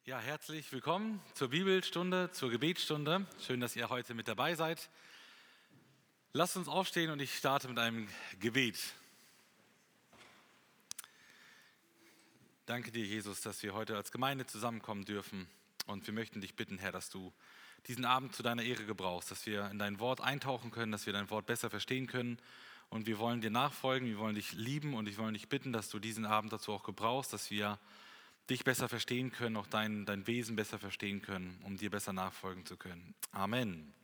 Ja, herzlich willkommen zur Bibelstunde, zur Gebetsstunde. Schön, dass ihr heute mit dabei seid. Lasst uns aufstehen und ich starte mit einem Gebet. Danke dir, Jesus, dass wir heute als Gemeinde zusammenkommen dürfen. Und wir möchten dich bitten, Herr, dass du diesen Abend zu deiner Ehre gebrauchst, dass wir in dein Wort eintauchen können, dass wir dein Wort besser verstehen können. Und wir wollen dir nachfolgen, wir wollen dich lieben und ich wollen dich bitten, dass du diesen Abend dazu auch gebrauchst, dass wir dich besser verstehen können, auch dein Wesen besser verstehen können, um dir besser nachfolgen zu können. Amen.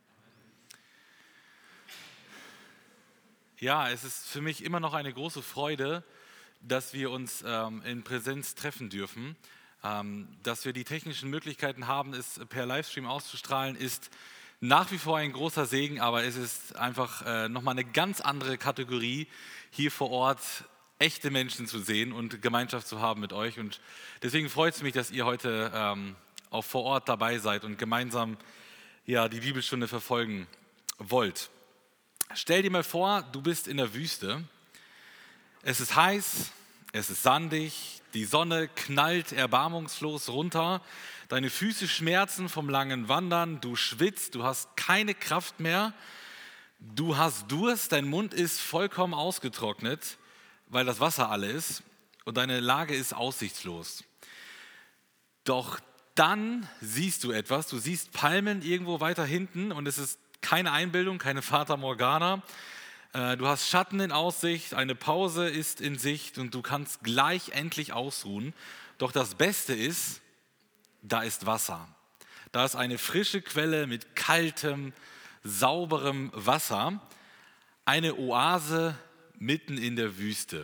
Ja, es ist für mich immer noch eine große Freude, dass wir uns in Präsenz treffen dürfen. Dass wir die technischen Möglichkeiten haben, es per Livestream auszustrahlen, ist nach wie vor ein großer Segen, aber es ist einfach nochmal eine ganz andere Kategorie, hier vor Ort echte Menschen zu sehen und Gemeinschaft zu haben mit euch. Und deswegen freut es mich, dass ihr heute auch vor Ort dabei seid und gemeinsam die Bibelstunde verfolgen wollt. Stell dir mal vor, du bist in der Wüste. Es ist heiß, es ist sandig, die Sonne knallt erbarmungslos runter, deine Füße schmerzen vom langen Wandern, du schwitzt, du hast keine Kraft mehr, du hast Durst, dein Mund ist vollkommen ausgetrocknet, weil das Wasser alle ist und deine Lage ist aussichtslos. Doch dann siehst du etwas, du siehst Palmen irgendwo weiter hinten und es ist keine Einbildung, keine Fata Morgana. Du hast Schatten in Aussicht, eine Pause ist in Sicht und du kannst gleich endlich ausruhen. Doch das Beste ist, da ist Wasser. Da ist eine frische Quelle mit kaltem, sauberem Wasser, eine Oase mitten in der Wüste.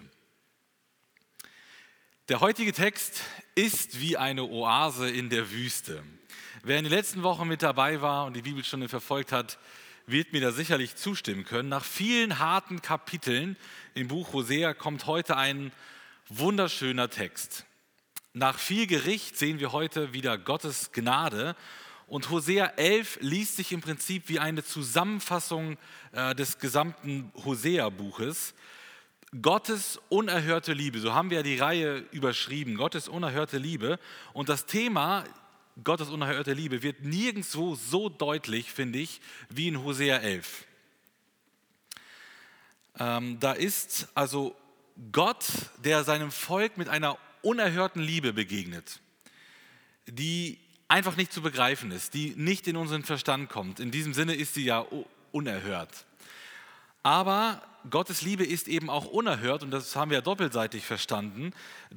Der heutige Text ist wie eine Oase in der Wüste. Wer in den letzten Wochen mit dabei war und die Bibelstunde verfolgt hat, wird mir da sicherlich zustimmen können. Nach vielen harten Kapiteln im Buch Hosea kommt heute ein wunderschöner Text. Nach viel Gericht sehen wir heute wieder Gottes Gnade. Und Hosea 11 liest sich im Prinzip wie eine Zusammenfassung des gesamten Hosea-Buches. Gottes unerhörte Liebe, so haben wir ja die Reihe überschrieben, Gottes unerhörte Liebe. Und das Thema Gottes unerhörte Liebe wird nirgendwo so deutlich, finde ich, wie in Hosea 11. Da ist also Gott, der seinem Volk mit einer unerhörten Liebe begegnet, die einfach nicht zu begreifen ist, die nicht in unseren Verstand kommt. In diesem Sinne ist sie ja unerhört. Aber Gottes Liebe ist eben auch unerhört und das haben wir ja doppeldeutig verstanden,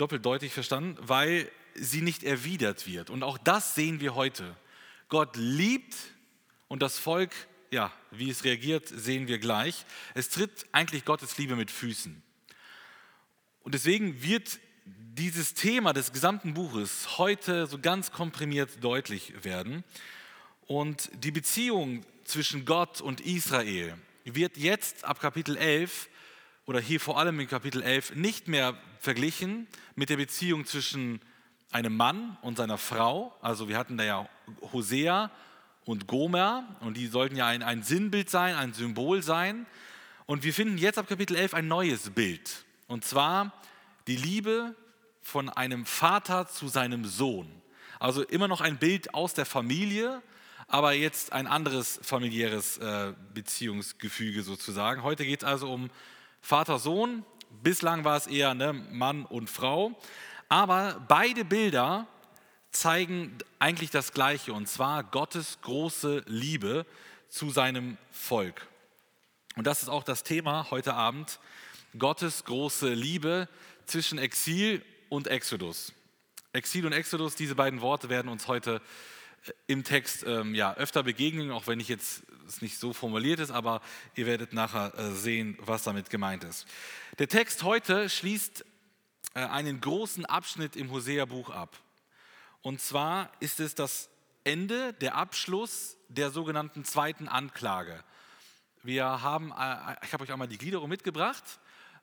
weil sie nicht erwidert wird. Und auch das sehen wir heute. Gott liebt und das Volk, wie es reagiert, sehen wir gleich. Es tritt eigentlich Gottes Liebe mit Füßen. Und deswegen wird dieses Thema des gesamten Buches heute so ganz komprimiert deutlich werden. Und die Beziehung zwischen Gott und Israel wird jetzt ab Kapitel 11 oder hier vor allem in Kapitel 11 nicht mehr verglichen mit der Beziehung zwischen einem Mann und seiner Frau. Also wir hatten da ja Hosea und Gomer und die sollten ja ein Sinnbild sein, ein Symbol sein. Und wir finden jetzt ab Kapitel 11 ein neues Bild. Und zwar die Liebe von einem Vater zu seinem Sohn. Also immer noch ein Bild aus der Familie, aber jetzt ein anderes familiäres Beziehungsgefüge sozusagen. Heute geht es also um Vater-Sohn. Bislang war es eher Mann und Frau. Aber beide Bilder zeigen eigentlich das Gleiche, und zwar Gottes große Liebe zu seinem Volk. Und das ist auch das Thema heute Abend, Gottes große Liebe zwischen Exil und Exodus. Exil und Exodus, diese beiden Worte werden uns heute im Text öfter begegnen, auch wenn es nicht so formuliert ist, aber ihr werdet nachher sehen, was damit gemeint ist. Der Text heute schließt einen großen Abschnitt im Hosea-Buch ab. Und zwar ist es das Ende, der Abschluss der sogenannten zweiten Anklage. Ich habe euch einmal die Gliederung mitgebracht.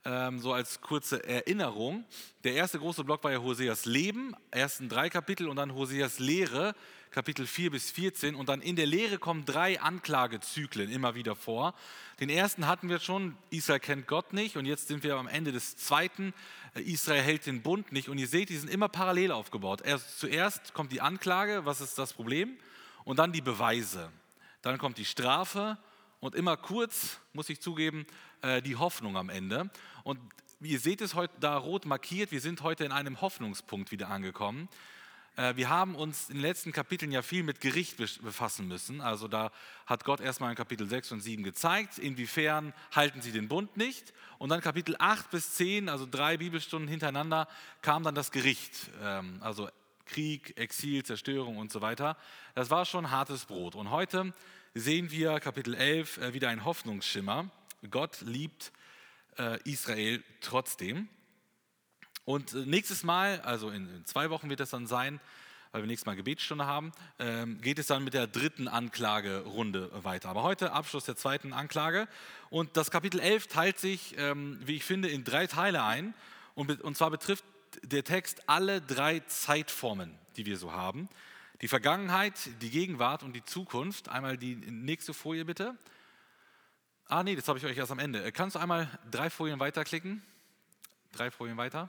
so als kurze Erinnerung. Der erste große Block war ja Hoseas Leben, ersten 3 Kapitel und dann Hoseas Lehre, Kapitel 4 bis 14. Und dann in der Lehre kommen 3 Anklagezyklen immer wieder vor. Den ersten hatten wir schon, Israel kennt Gott nicht. Und jetzt sind wir am Ende des zweiten, Israel hält den Bund nicht. Und ihr seht, die sind immer parallel aufgebaut. Zuerst kommt die Anklage, was ist das Problem? Und dann die Beweise. Dann kommt die Strafe und immer kurz, muss ich zugeben, die Hoffnung am Ende. Und ihr seht es heute da rot markiert, wir sind heute in einem Hoffnungspunkt wieder angekommen. Wir haben uns in den letzten Kapiteln ja viel mit Gericht befassen müssen. Also da hat Gott erstmal in Kapitel 6 und 7 gezeigt, inwiefern halten sie den Bund nicht. Und dann Kapitel 8 bis 10, also 3 Bibelstunden hintereinander, kam dann das Gericht. Also Krieg, Exil, Zerstörung und so weiter. Das war schon hartes Brot. Und heute sehen wir Kapitel 11 wieder ein Hoffnungsschimmer. Gott liebt Israel trotzdem. Und nächstes Mal, also in 2 Wochen wird das dann sein, weil wir nächstes Mal Gebetsstunde haben, geht es dann mit der 3. Anklagerunde weiter. Aber heute Abschluss der 2. Anklage. Und das Kapitel 11 teilt sich, wie ich finde, in 3 Teile ein. Und zwar betrifft der Text alle 3 Zeitformen, die wir so haben. Die Vergangenheit, die Gegenwart und die Zukunft. Einmal die nächste Folie bitte. Nee, das habe ich euch erst am Ende. Kannst du einmal 3 Folien weiterklicken? 3 Folien weiter.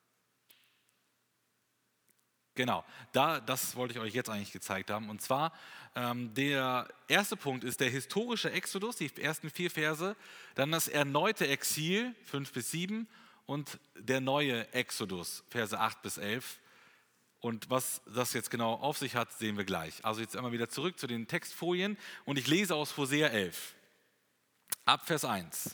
Genau, das wollte ich euch jetzt eigentlich gezeigt haben. Und zwar, der erste Punkt ist der historische Exodus, die ersten 4 Verse. Dann das erneute Exil, 5 bis 7. Und der neue Exodus, Verse 8 bis 11. Und was das jetzt genau auf sich hat, sehen wir gleich. Also jetzt einmal wieder zurück zu den Textfolien. Und ich lese aus Hosea 11. Ab Vers 1.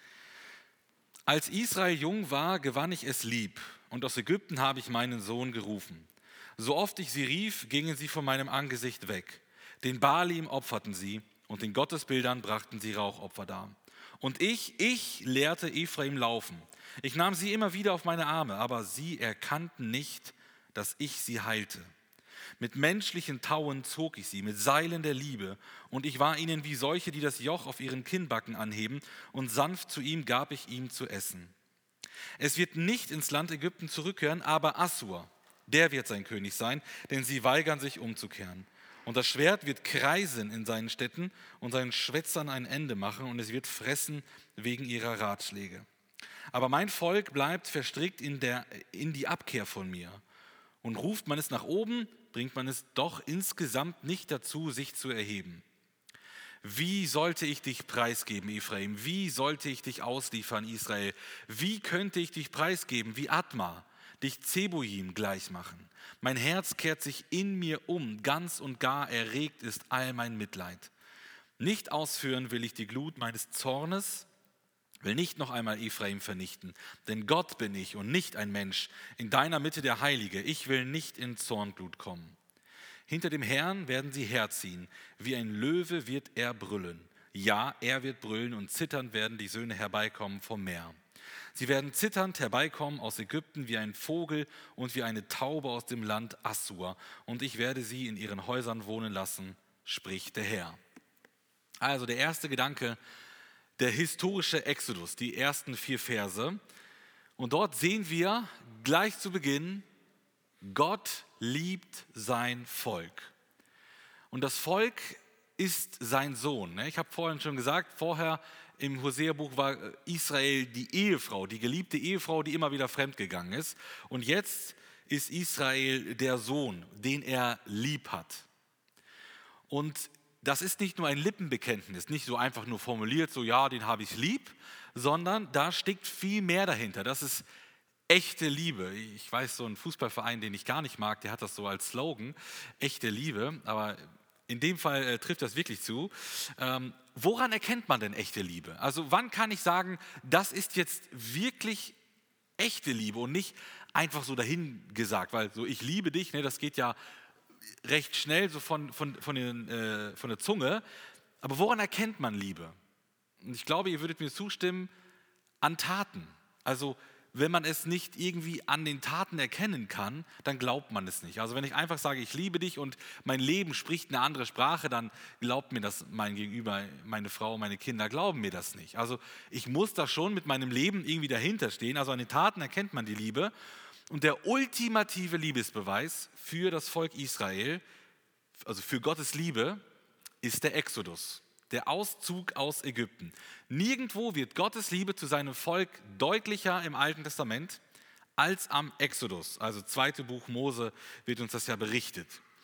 Als Israel jung war, gewann ich es lieb, und aus Ägypten habe ich meinen Sohn gerufen. So oft ich sie rief, gingen sie von meinem Angesicht weg. Den Baalim opferten sie, und den Gottesbildern brachten sie Rauchopfer dar. Und ich lehrte Ephraim laufen. Ich nahm sie immer wieder auf meine Arme, aber sie erkannten nicht, dass ich sie heilte. Mit menschlichen Tauen zog ich sie, mit Seilen der Liebe, und ich war ihnen wie solche, die das Joch auf ihren Kinnbacken anheben, und sanft zu ihm gab ich ihm zu essen. Es wird nicht ins Land Ägypten zurückkehren, aber Assur, der wird sein König sein, denn sie weigern sich umzukehren. Und das Schwert wird kreisen in seinen Städten und seinen Schwätzern ein Ende machen, und es wird fressen wegen ihrer Ratschläge. Aber mein Volk bleibt verstrickt in die Abkehr von mir. Und ruft man es nach oben, bringt man es doch insgesamt nicht dazu, sich zu erheben. Wie sollte ich dich preisgeben, Ephraim? Wie sollte ich dich ausliefern, Israel? Wie könnte ich dich preisgeben, wie Adma, dich Zeboim gleich machen? Mein Herz kehrt sich in mir um, ganz und gar erregt ist all mein Mitleid. Nicht ausführen will ich die Glut meines Zornes, will nicht noch einmal Ephraim vernichten, denn Gott bin ich und nicht ein Mensch, in deiner Mitte der Heilige. Ich will nicht in Zornglut kommen. Hinter dem Herrn werden sie herziehen, wie ein Löwe wird er brüllen. Ja, er wird brüllen, und zitternd werden die Söhne herbeikommen vom Meer. Sie werden zitternd herbeikommen aus Ägypten wie ein Vogel und wie eine Taube aus dem Land Assur, und ich werde sie in ihren Häusern wohnen lassen, spricht der Herr. Also der erste Gedanke, der historische Exodus, die ersten 4 Verse. Und dort sehen wir gleich zu Beginn, Gott liebt sein Volk. Und das Volk ist sein Sohn. Ich habe vorhin schon gesagt, vorher im Hosea-Buch war Israel die Ehefrau, die geliebte Ehefrau, die immer wieder fremdgegangen ist. Und jetzt ist Israel der Sohn, den er lieb hat. Und das ist nicht nur ein Lippenbekenntnis, nicht so einfach nur formuliert, so ja, den habe ich lieb, sondern da steckt viel mehr dahinter. Das ist echte Liebe. Ich weiß, so ein Fußballverein, den ich gar nicht mag, der hat das so als Slogan, echte Liebe, aber in dem Fall trifft das wirklich zu. Woran erkennt man denn echte Liebe? Also wann kann ich sagen, das ist jetzt wirklich echte Liebe und nicht einfach so dahingesagt, weil so ich liebe dich, ne, das geht ja recht schnell so von der Zunge. Aber woran erkennt man Liebe? Und ich glaube, ihr würdet mir zustimmen, an Taten. Also wenn man es nicht irgendwie an den Taten erkennen kann, dann glaubt man es nicht. Also wenn ich einfach sage, ich liebe dich und mein Leben spricht eine andere Sprache, dann glaubt mir das mein Gegenüber, meine Frau, meine Kinder glauben mir das nicht. Also ich muss da schon mit meinem Leben irgendwie dahinter stehen. Also an den Taten erkennt man die Liebe. Und der ultimative Liebesbeweis für das Volk Israel, also für Gottes Liebe, ist der Exodus, der Auszug aus Ägypten. Nirgendwo wird Gottes Liebe zu seinem Volk deutlicher im Alten Testament als am Exodus. Also 2. Buch Mose wird uns das ja berichtet.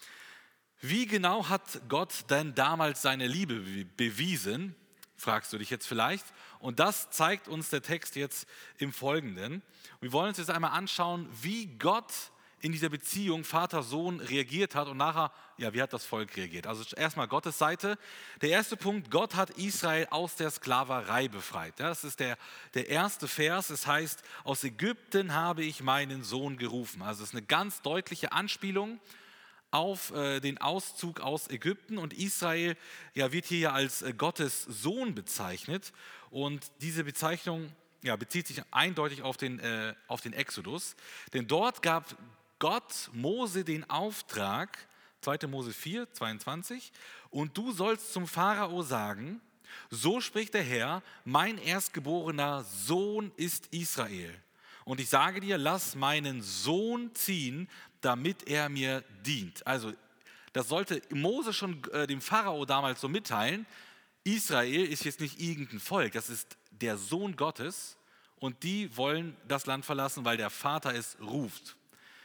Wie genau hat Gott denn damals seine Liebe bewiesen, fragst du dich jetzt vielleicht. Und das zeigt uns der Text jetzt im Folgenden. Wir wollen uns jetzt einmal anschauen, wie Gott in dieser Beziehung Vater-Sohn reagiert hat und nachher, ja, wie hat das Volk reagiert. Also erstmal Gottes Seite. Der erste Punkt, Gott hat Israel aus der Sklaverei befreit. Ja, das ist der erste Vers. Es heißt, aus Ägypten habe ich meinen Sohn gerufen. Also es ist eine ganz deutliche Anspielung auf den Auszug aus Ägypten. Und Israel wird hier ja als Gottes Sohn bezeichnet. Und diese Bezeichnung bezieht sich eindeutig auf den Exodus. Denn dort gab Gott Mose den Auftrag, 2. Mose 4, 22, und du sollst zum Pharao sagen, so spricht der Herr, mein erstgeborener Sohn ist Israel. Und ich sage dir, lass meinen Sohn ziehen, damit er mir dient. Also das sollte Mose schon dem Pharao damals so mitteilen. Israel ist jetzt nicht irgendein Volk, das ist der Sohn Gottes und die wollen das Land verlassen, weil der Vater es ruft.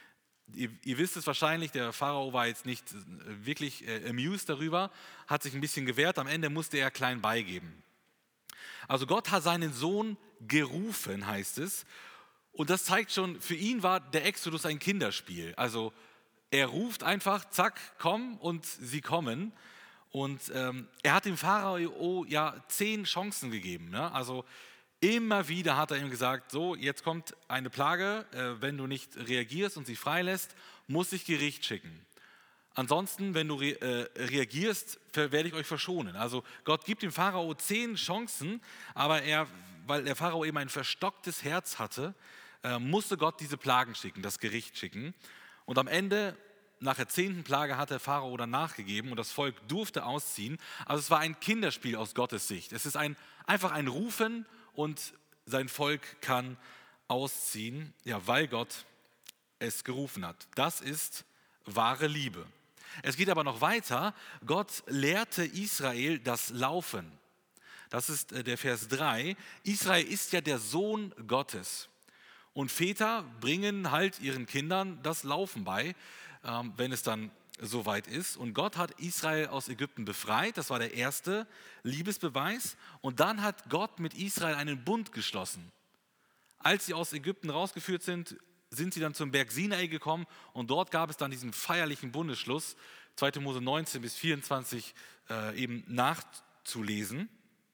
Ihr wisst es wahrscheinlich, der Pharao war jetzt nicht wirklich amused darüber, hat sich ein bisschen gewehrt, am Ende musste er klein beigeben. Also Gott hat seinen Sohn gerufen, heißt es. Und das zeigt schon, für ihn war der Exodus ein Kinderspiel. Also er ruft einfach, zack, komm, und sie kommen. Und er hat dem Pharao 10 Chancen gegeben. Ne? Also immer wieder hat er ihm gesagt, so, jetzt kommt eine Plage, wenn du nicht reagierst und sie freilässt, muss ich Gericht schicken. Ansonsten, wenn du reagierst, werde ich euch verschonen. Also Gott gibt dem Pharao 10 Chancen, aber weil der Pharao eben ein verstocktes Herz hatte, musste Gott diese Plagen schicken, das Gericht schicken. Und am Ende, nach der 10. Plage, hat der Pharao dann nachgegeben und das Volk durfte ausziehen. Also es war ein Kinderspiel aus Gottes Sicht. Es ist einfach ein Rufen und sein Volk kann ausziehen, weil Gott es gerufen hat. Das ist wahre Liebe. Es geht aber noch weiter. Gott lehrte Israel das Laufen. Das ist der Vers 3. Israel ist ja der Sohn Gottes. Und Väter bringen halt ihren Kindern das Laufen bei, wenn es dann soweit ist. Und Gott hat Israel aus Ägypten befreit. Das war der erste Liebesbeweis. Und dann hat Gott mit Israel einen Bund geschlossen. Als sie aus Ägypten rausgeführt sind, sind sie dann zum Berg Sinai gekommen und dort gab es dann diesen feierlichen Bundesschluss, 2. Mose 19 bis 24 eben nachzulesen.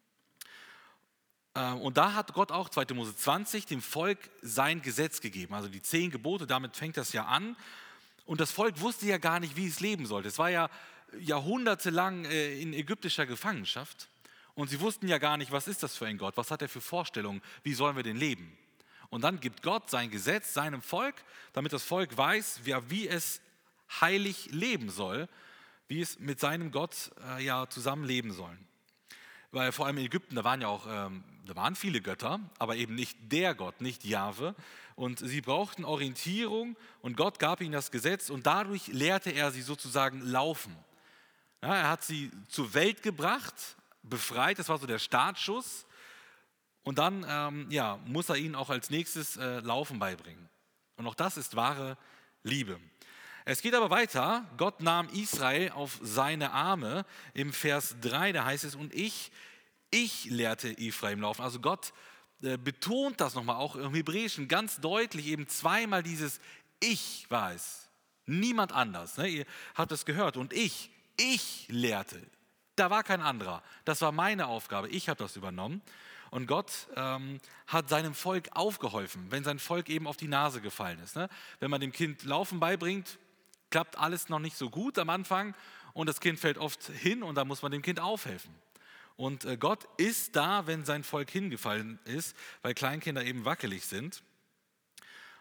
Und da hat Gott auch 2. Mose 20 dem Volk sein Gesetz gegeben, also die 10 Gebote, damit fängt das ja an. Und das Volk wusste ja gar nicht, wie es leben sollte. Es war ja jahrhundertelang in ägyptischer Gefangenschaft und sie wussten ja gar nicht, was ist das für ein Gott, was hat er für Vorstellungen, wie sollen wir denn leben? Und dann gibt Gott sein Gesetz seinem Volk, damit das Volk weiß, wie es heilig leben soll, wie es mit seinem Gott zusammenleben soll. Weil vor allem in Ägypten, da waren viele Götter, aber eben nicht der Gott, nicht Jahwe. Und sie brauchten Orientierung und Gott gab ihnen das Gesetz und dadurch lehrte er sie sozusagen laufen. Ja, er hat sie zur Welt gebracht, befreit, das war so der Startschuss. Und dann muss er ihnen auch als nächstes Laufen beibringen. Und auch das ist wahre Liebe. Es geht aber weiter. Gott nahm Israel auf seine Arme. Im Vers 3, da heißt es, und ich lehrte Ephraim laufen. Also Gott betont das nochmal, auch im Hebräischen ganz deutlich, eben zweimal dieses Ich war es, niemand anders. Ne? Ihr habt es gehört. Und ich lehrte. Da war kein anderer. Das war meine Aufgabe. Ich habe das übernommen. Und Gott hat seinem Volk aufgeholfen, wenn sein Volk eben auf die Nase gefallen ist. Ne? Wenn man dem Kind Laufen beibringt, klappt alles noch nicht so gut am Anfang und das Kind fällt oft hin und da muss man dem Kind aufhelfen. Und Gott ist da, wenn sein Volk hingefallen ist, weil Kleinkinder eben wackelig sind.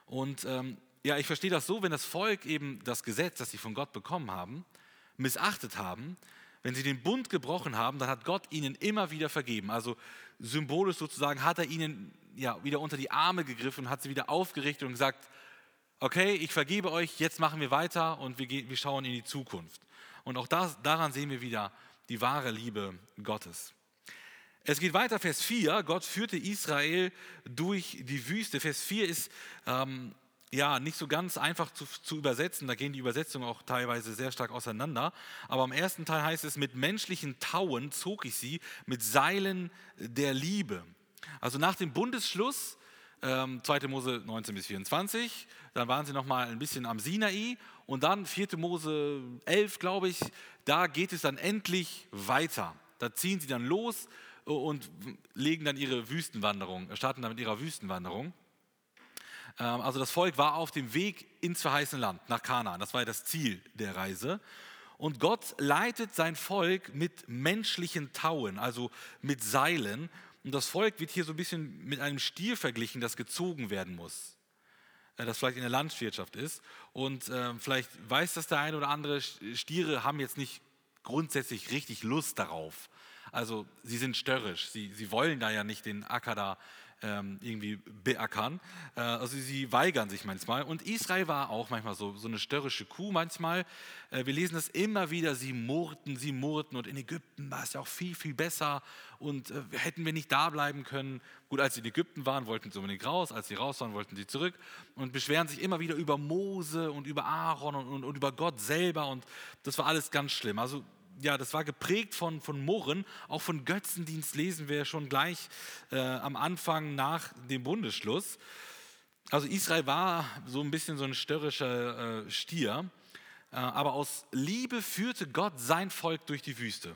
Und ja, ich verstehe das so, wenn das Volk eben das Gesetz, das sie von Gott bekommen haben, missachtet haben, wenn sie den Bund gebrochen haben, dann hat Gott ihnen immer wieder vergeben. Also symbolisch sozusagen hat er ihnen ja wieder unter die Arme gegriffen und hat sie wieder aufgerichtet und gesagt, okay, ich vergebe euch, jetzt machen wir weiter und wir schauen in die Zukunft. Und auch daran sehen wir wieder die wahre Liebe Gottes. Es geht weiter, Vers 4, Gott führte Israel durch die Wüste. Vers 4 ist ja nicht so ganz einfach zu übersetzen, da gehen die Übersetzungen auch teilweise sehr stark auseinander. Aber im ersten Teil heißt es, mit menschlichen Tauen zog ich sie, mit Seilen der Liebe. Also nach dem Bundesschluss, 2. Mose 19 bis 24, dann waren sie nochmal ein bisschen am Sinai und dann 4. Mose 11, glaube ich, da geht es dann endlich weiter. Da ziehen sie dann los und legen dann ihre Wüstenwanderung, starten dann mit ihrer Wüstenwanderung. Also das Volk war auf dem Weg ins verheißene Land, nach Kanaan. Das war ja das Ziel der Reise. Und Gott leitet sein Volk mit menschlichen Tauen, also mit Seilen. Und das Volk wird hier so ein bisschen mit einem Stier verglichen, das gezogen werden muss. Das vielleicht in der Landwirtschaft ist. Und vielleicht weiß das der eine oder andere, Stiere haben jetzt nicht grundsätzlich richtig Lust darauf. Also sie sind störrisch, sie wollen da ja nicht den Acker da irgendwie beackern. Also sie weigern sich manchmal. Und Israel war auch manchmal so eine störrische Kuh manchmal. Wir lesen das immer wieder, sie murrten. Und in Ägypten war es ja auch viel, viel besser. Und hätten wir nicht da bleiben können. Gut, als sie in Ägypten waren, wollten sie unbedingt raus. Als sie raus waren, wollten sie zurück. Und beschweren sich immer wieder über Mose und über Aaron und über Gott selber. Und das war alles ganz schlimm. Also ja, das war geprägt von Murren, auch von Götzendienst lesen wir schon gleich am Anfang nach dem Bundesschluss. Also Israel war so ein bisschen so ein störrischer Stier, aber aus Liebe führte Gott sein Volk durch die Wüste.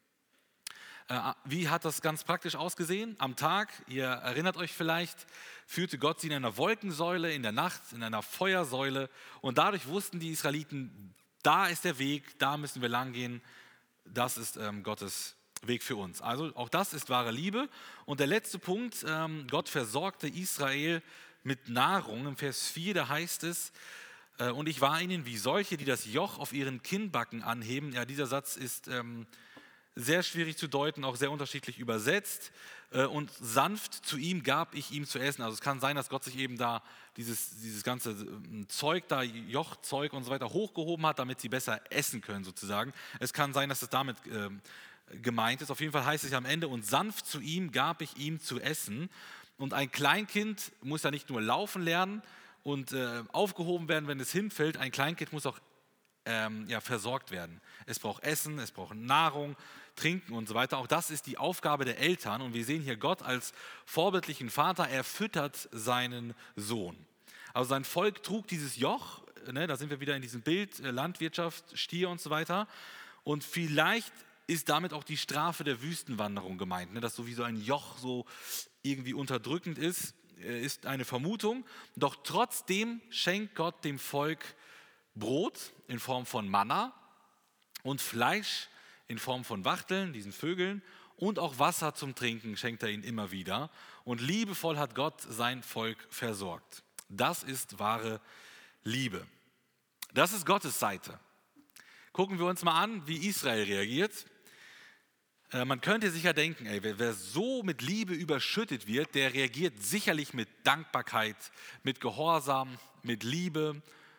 Wie hat das ganz praktisch ausgesehen? Am Tag, ihr erinnert euch vielleicht, führte Gott sie in einer Wolkensäule, in der Nacht in einer Feuersäule und dadurch wussten die Israeliten, da ist der Weg, da müssen wir lang gehen. Das ist Gottes Weg für uns. Also auch das ist wahre Liebe. Und der letzte Punkt, Gott versorgte Israel mit Nahrung. Im Vers 4, da heißt es, und ich war ihnen wie solche, die das Joch auf ihren Kinnbacken anheben. Ja, dieser Satz ist sehr schwierig zu deuten, auch sehr unterschiedlich übersetzt. Und sanft zu ihm gab ich ihm zu essen. Also es kann sein, dass Gott sich eben da dieses ganze Zeug, da Jochzeug und so weiter hochgehoben hat, damit sie besser essen können sozusagen. Es kann sein, dass es damit gemeint ist. Auf jeden Fall heißt es am Ende, und sanft zu ihm gab ich ihm zu essen. Und ein Kleinkind muss ja nicht nur laufen lernen und aufgehoben werden, wenn es hinfällt. Ein Kleinkind muss auch versorgt werden. Es braucht Essen, es braucht Nahrung, Trinken und so weiter. Auch das ist die Aufgabe der Eltern. Und wir sehen hier Gott als vorbildlichen Vater, er füttert seinen Sohn. Also sein Volk trug dieses Joch, ne, da sind wir wieder in diesem Bild, Landwirtschaft, Stier und so weiter. Und vielleicht ist damit auch die Strafe der Wüstenwanderung gemeint, ne, dass so wie so ein Joch so irgendwie unterdrückend ist eine Vermutung. Doch trotzdem schenkt Gott dem Volk Brot in Form von Manna und Fleisch in Form von Wachteln, diesen Vögeln, und auch Wasser zum Trinken schenkt er ihnen immer wieder. Und liebevoll hat Gott sein Volk versorgt. Das ist wahre Liebe. Das ist Gottes Seite. Gucken wir uns mal an, wie Israel reagiert. Man könnte sich ja denken, wer so mit Liebe überschüttet wird, der reagiert sicherlich mit Dankbarkeit, mit Gehorsam, mit Liebe.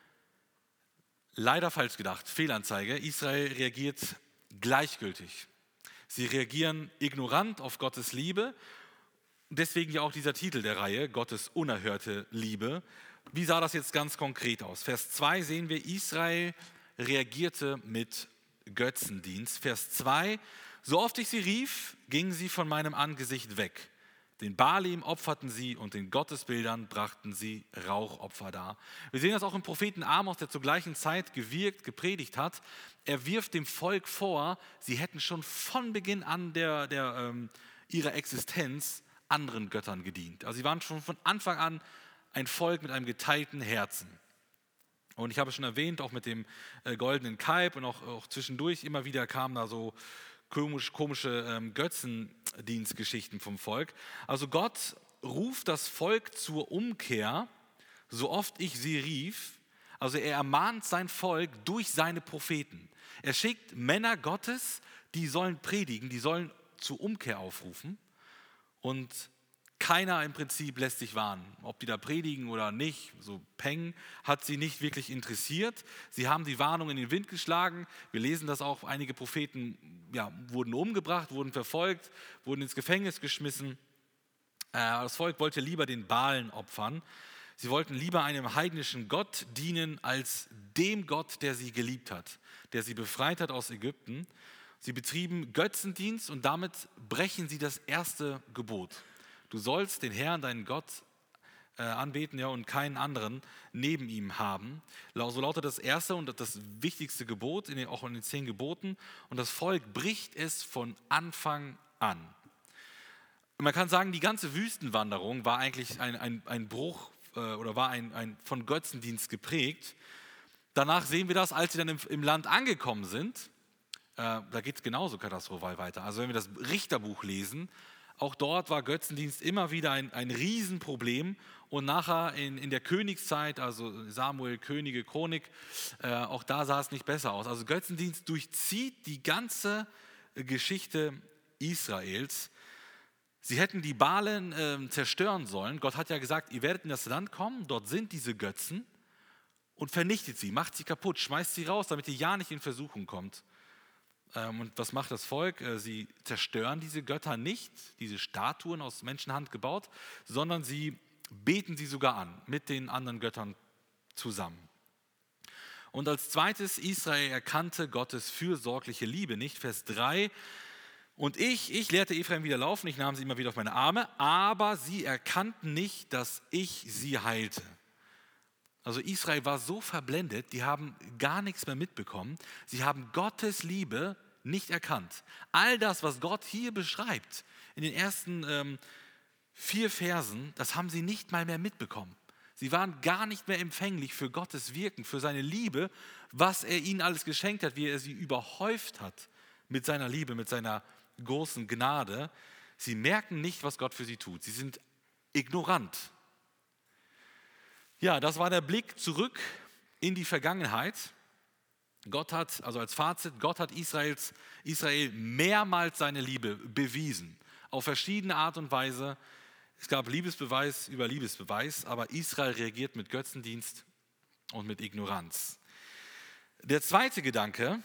Leider falsch gedacht, Fehlanzeige. Israel reagiert gleichgültig. Sie reagieren ignorant auf Gottes Liebe. Deswegen ja auch dieser Titel der Reihe, Gottes unerhörte Liebe. Wie sah das jetzt ganz konkret aus? Vers 2 sehen wir, Israel reagierte mit Götzendienst. Vers 2, so oft ich sie rief, gingen sie von meinem Angesicht weg. Den Baalim opferten sie und den Gottesbildern brachten sie Rauchopfer dar. Wir sehen das auch im Propheten Amos, der zur gleichen Zeit gewirkt, gepredigt hat. Er wirft dem Volk vor, sie hätten schon von Beginn an ihrer Existenz anderen Göttern gedient. Also sie waren schon von Anfang an ein Volk mit einem geteilten Herzen. Und ich habe es schon erwähnt, auch mit dem goldenen Kalb und auch zwischendurch immer wieder kamen da so komische Götzendienstgeschichten vom Volk. Also Gott ruft das Volk zur Umkehr so oft ich sie rief. Also er ermahnt sein Volk durch seine Propheten. Er schickt Männer Gottes, die sollen predigen, die sollen zur Umkehr aufrufen. Und keiner im Prinzip lässt sich warnen. Ob die da predigen oder nicht, so Peng, hat sie nicht wirklich interessiert. Sie haben die Warnung in den Wind geschlagen. Wir lesen das auch, einige Propheten wurden umgebracht, wurden verfolgt, wurden ins Gefängnis geschmissen. Das Volk wollte lieber den Baalen opfern. Sie wollten lieber einem heidnischen Gott dienen, als dem Gott, der sie geliebt hat, der sie befreit hat aus Ägypten. Sie betrieben Götzendienst und damit brechen sie das erste Gebot. Du sollst den Herrn, deinen Gott, anbeten und keinen anderen neben ihm haben. So lautet das erste und das wichtigste Gebot, auch in den 10 Geboten. Und das Volk bricht es von Anfang an. Man kann sagen, die ganze Wüstenwanderung war eigentlich ein Bruch oder war von Götzendienst geprägt. Danach sehen wir das, als sie dann im Land angekommen sind. Da geht es genauso katastrophal weiter. Also wenn wir das Richterbuch lesen, auch dort war Götzendienst immer wieder ein Riesenproblem. Und nachher in der Königszeit, also Samuel, Könige, Chronik, auch da sah es nicht besser aus. Also Götzendienst durchzieht die ganze Geschichte Israels. Sie hätten die Baalen zerstören sollen. Gott hat ja gesagt, ihr werdet in das Land kommen, dort sind diese Götzen und vernichtet sie, macht sie kaputt, schmeißt sie raus, damit ihr ja nicht in Versuchung kommt. Und was macht das Volk? Sie zerstören diese Götter nicht, diese Statuen aus Menschenhand gebaut, sondern sie beten sie sogar an, mit den anderen Göttern zusammen. Und als zweites, Israel erkannte Gottes fürsorgliche Liebe nicht. Vers 3, und ich lehrte Ephraim wieder laufen, ich nahm sie immer wieder auf meine Arme, aber sie erkannten nicht, dass ich sie heilte. Also Israel war so verblendet, die haben gar nichts mehr mitbekommen. Sie haben Gottes Liebe nicht erkannt. All das, was Gott hier beschreibt, in den ersten 4 Versen, das haben sie nicht mal mehr mitbekommen. Sie waren gar nicht mehr empfänglich für Gottes Wirken, für seine Liebe, was er ihnen alles geschenkt hat, wie er sie überhäuft hat mit seiner Liebe, mit seiner großen Gnade. Sie merken nicht, was Gott für sie tut. Sie sind ignorant. Ja, das war der Blick zurück in die Vergangenheit. Gott hat, also als Fazit, Gott hat Israel mehrmals seine Liebe bewiesen. Auf verschiedene Art und Weise. Es gab Liebesbeweis über Liebesbeweis, aber Israel reagiert mit Götzendienst und mit Ignoranz. Der zweite Gedanke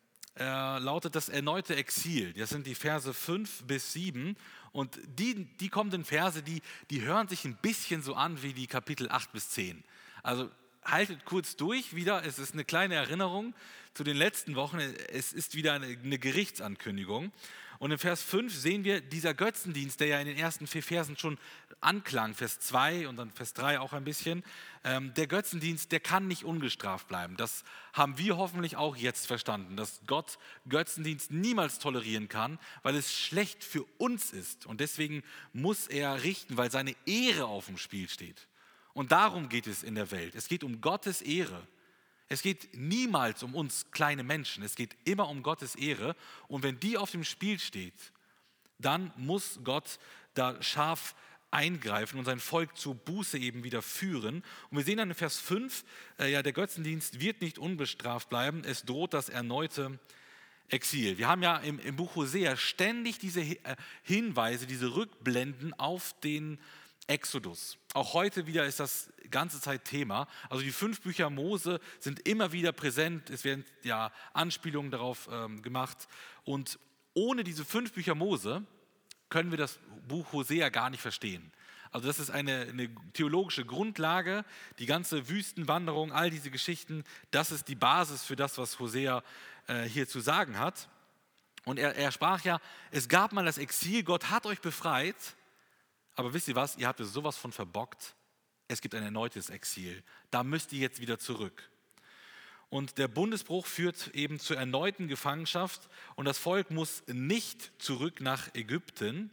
lautet das erneute Exil. Das sind die Verse 5 bis 7. Und die kommenden Verse, die hören sich ein bisschen so an wie die Kapitel 8 bis 10. Also haltet kurz durch wieder, es ist eine kleine Erinnerung zu den letzten Wochen, es ist wieder eine Gerichtsankündigung. Und in Vers 5 sehen wir dieser Götzendienst, der ja in den ersten 4 Versen schon anklang, Vers 2 und dann Vers 3 auch ein bisschen. Der Götzendienst, der kann nicht ungestraft bleiben. Das haben wir hoffentlich auch jetzt verstanden, dass Gott Götzendienst niemals tolerieren kann, weil es schlecht für uns ist. Und deswegen muss er richten, weil seine Ehre auf dem Spiel steht. Und darum geht es in der Welt. Es geht um Gottes Ehre. Es geht niemals um uns kleine Menschen, es geht immer um Gottes Ehre. Und wenn die auf dem Spiel steht, dann muss Gott da scharf eingreifen und sein Volk zur Buße eben wieder führen. Und wir sehen dann in Vers 5, der Götzendienst wird nicht unbestraft bleiben, es droht das erneute Exil. Wir haben ja im Buch Hosea ständig diese Hinweise, diese Rückblenden auf den Exodus. Auch heute wieder ist das ganze Zeit Thema. Also die 5 Bücher Mose sind immer wieder präsent. Es werden ja Anspielungen darauf gemacht. Und ohne diese 5 Bücher Mose können wir das Buch Hosea gar nicht verstehen. Also das ist eine theologische Grundlage. Die ganze Wüstenwanderung, all diese Geschichten, das ist die Basis für das, was Hosea hier zu sagen hat. Und er sprach ja, es gab mal das Exil, Gott hat euch befreit. Aber wisst ihr was, ihr habt es sowas von verbockt, es gibt ein erneutes Exil. Da müsst ihr jetzt wieder zurück. Und der Bundesbruch führt eben zur erneuten Gefangenschaft und das Volk muss nicht zurück nach Ägypten.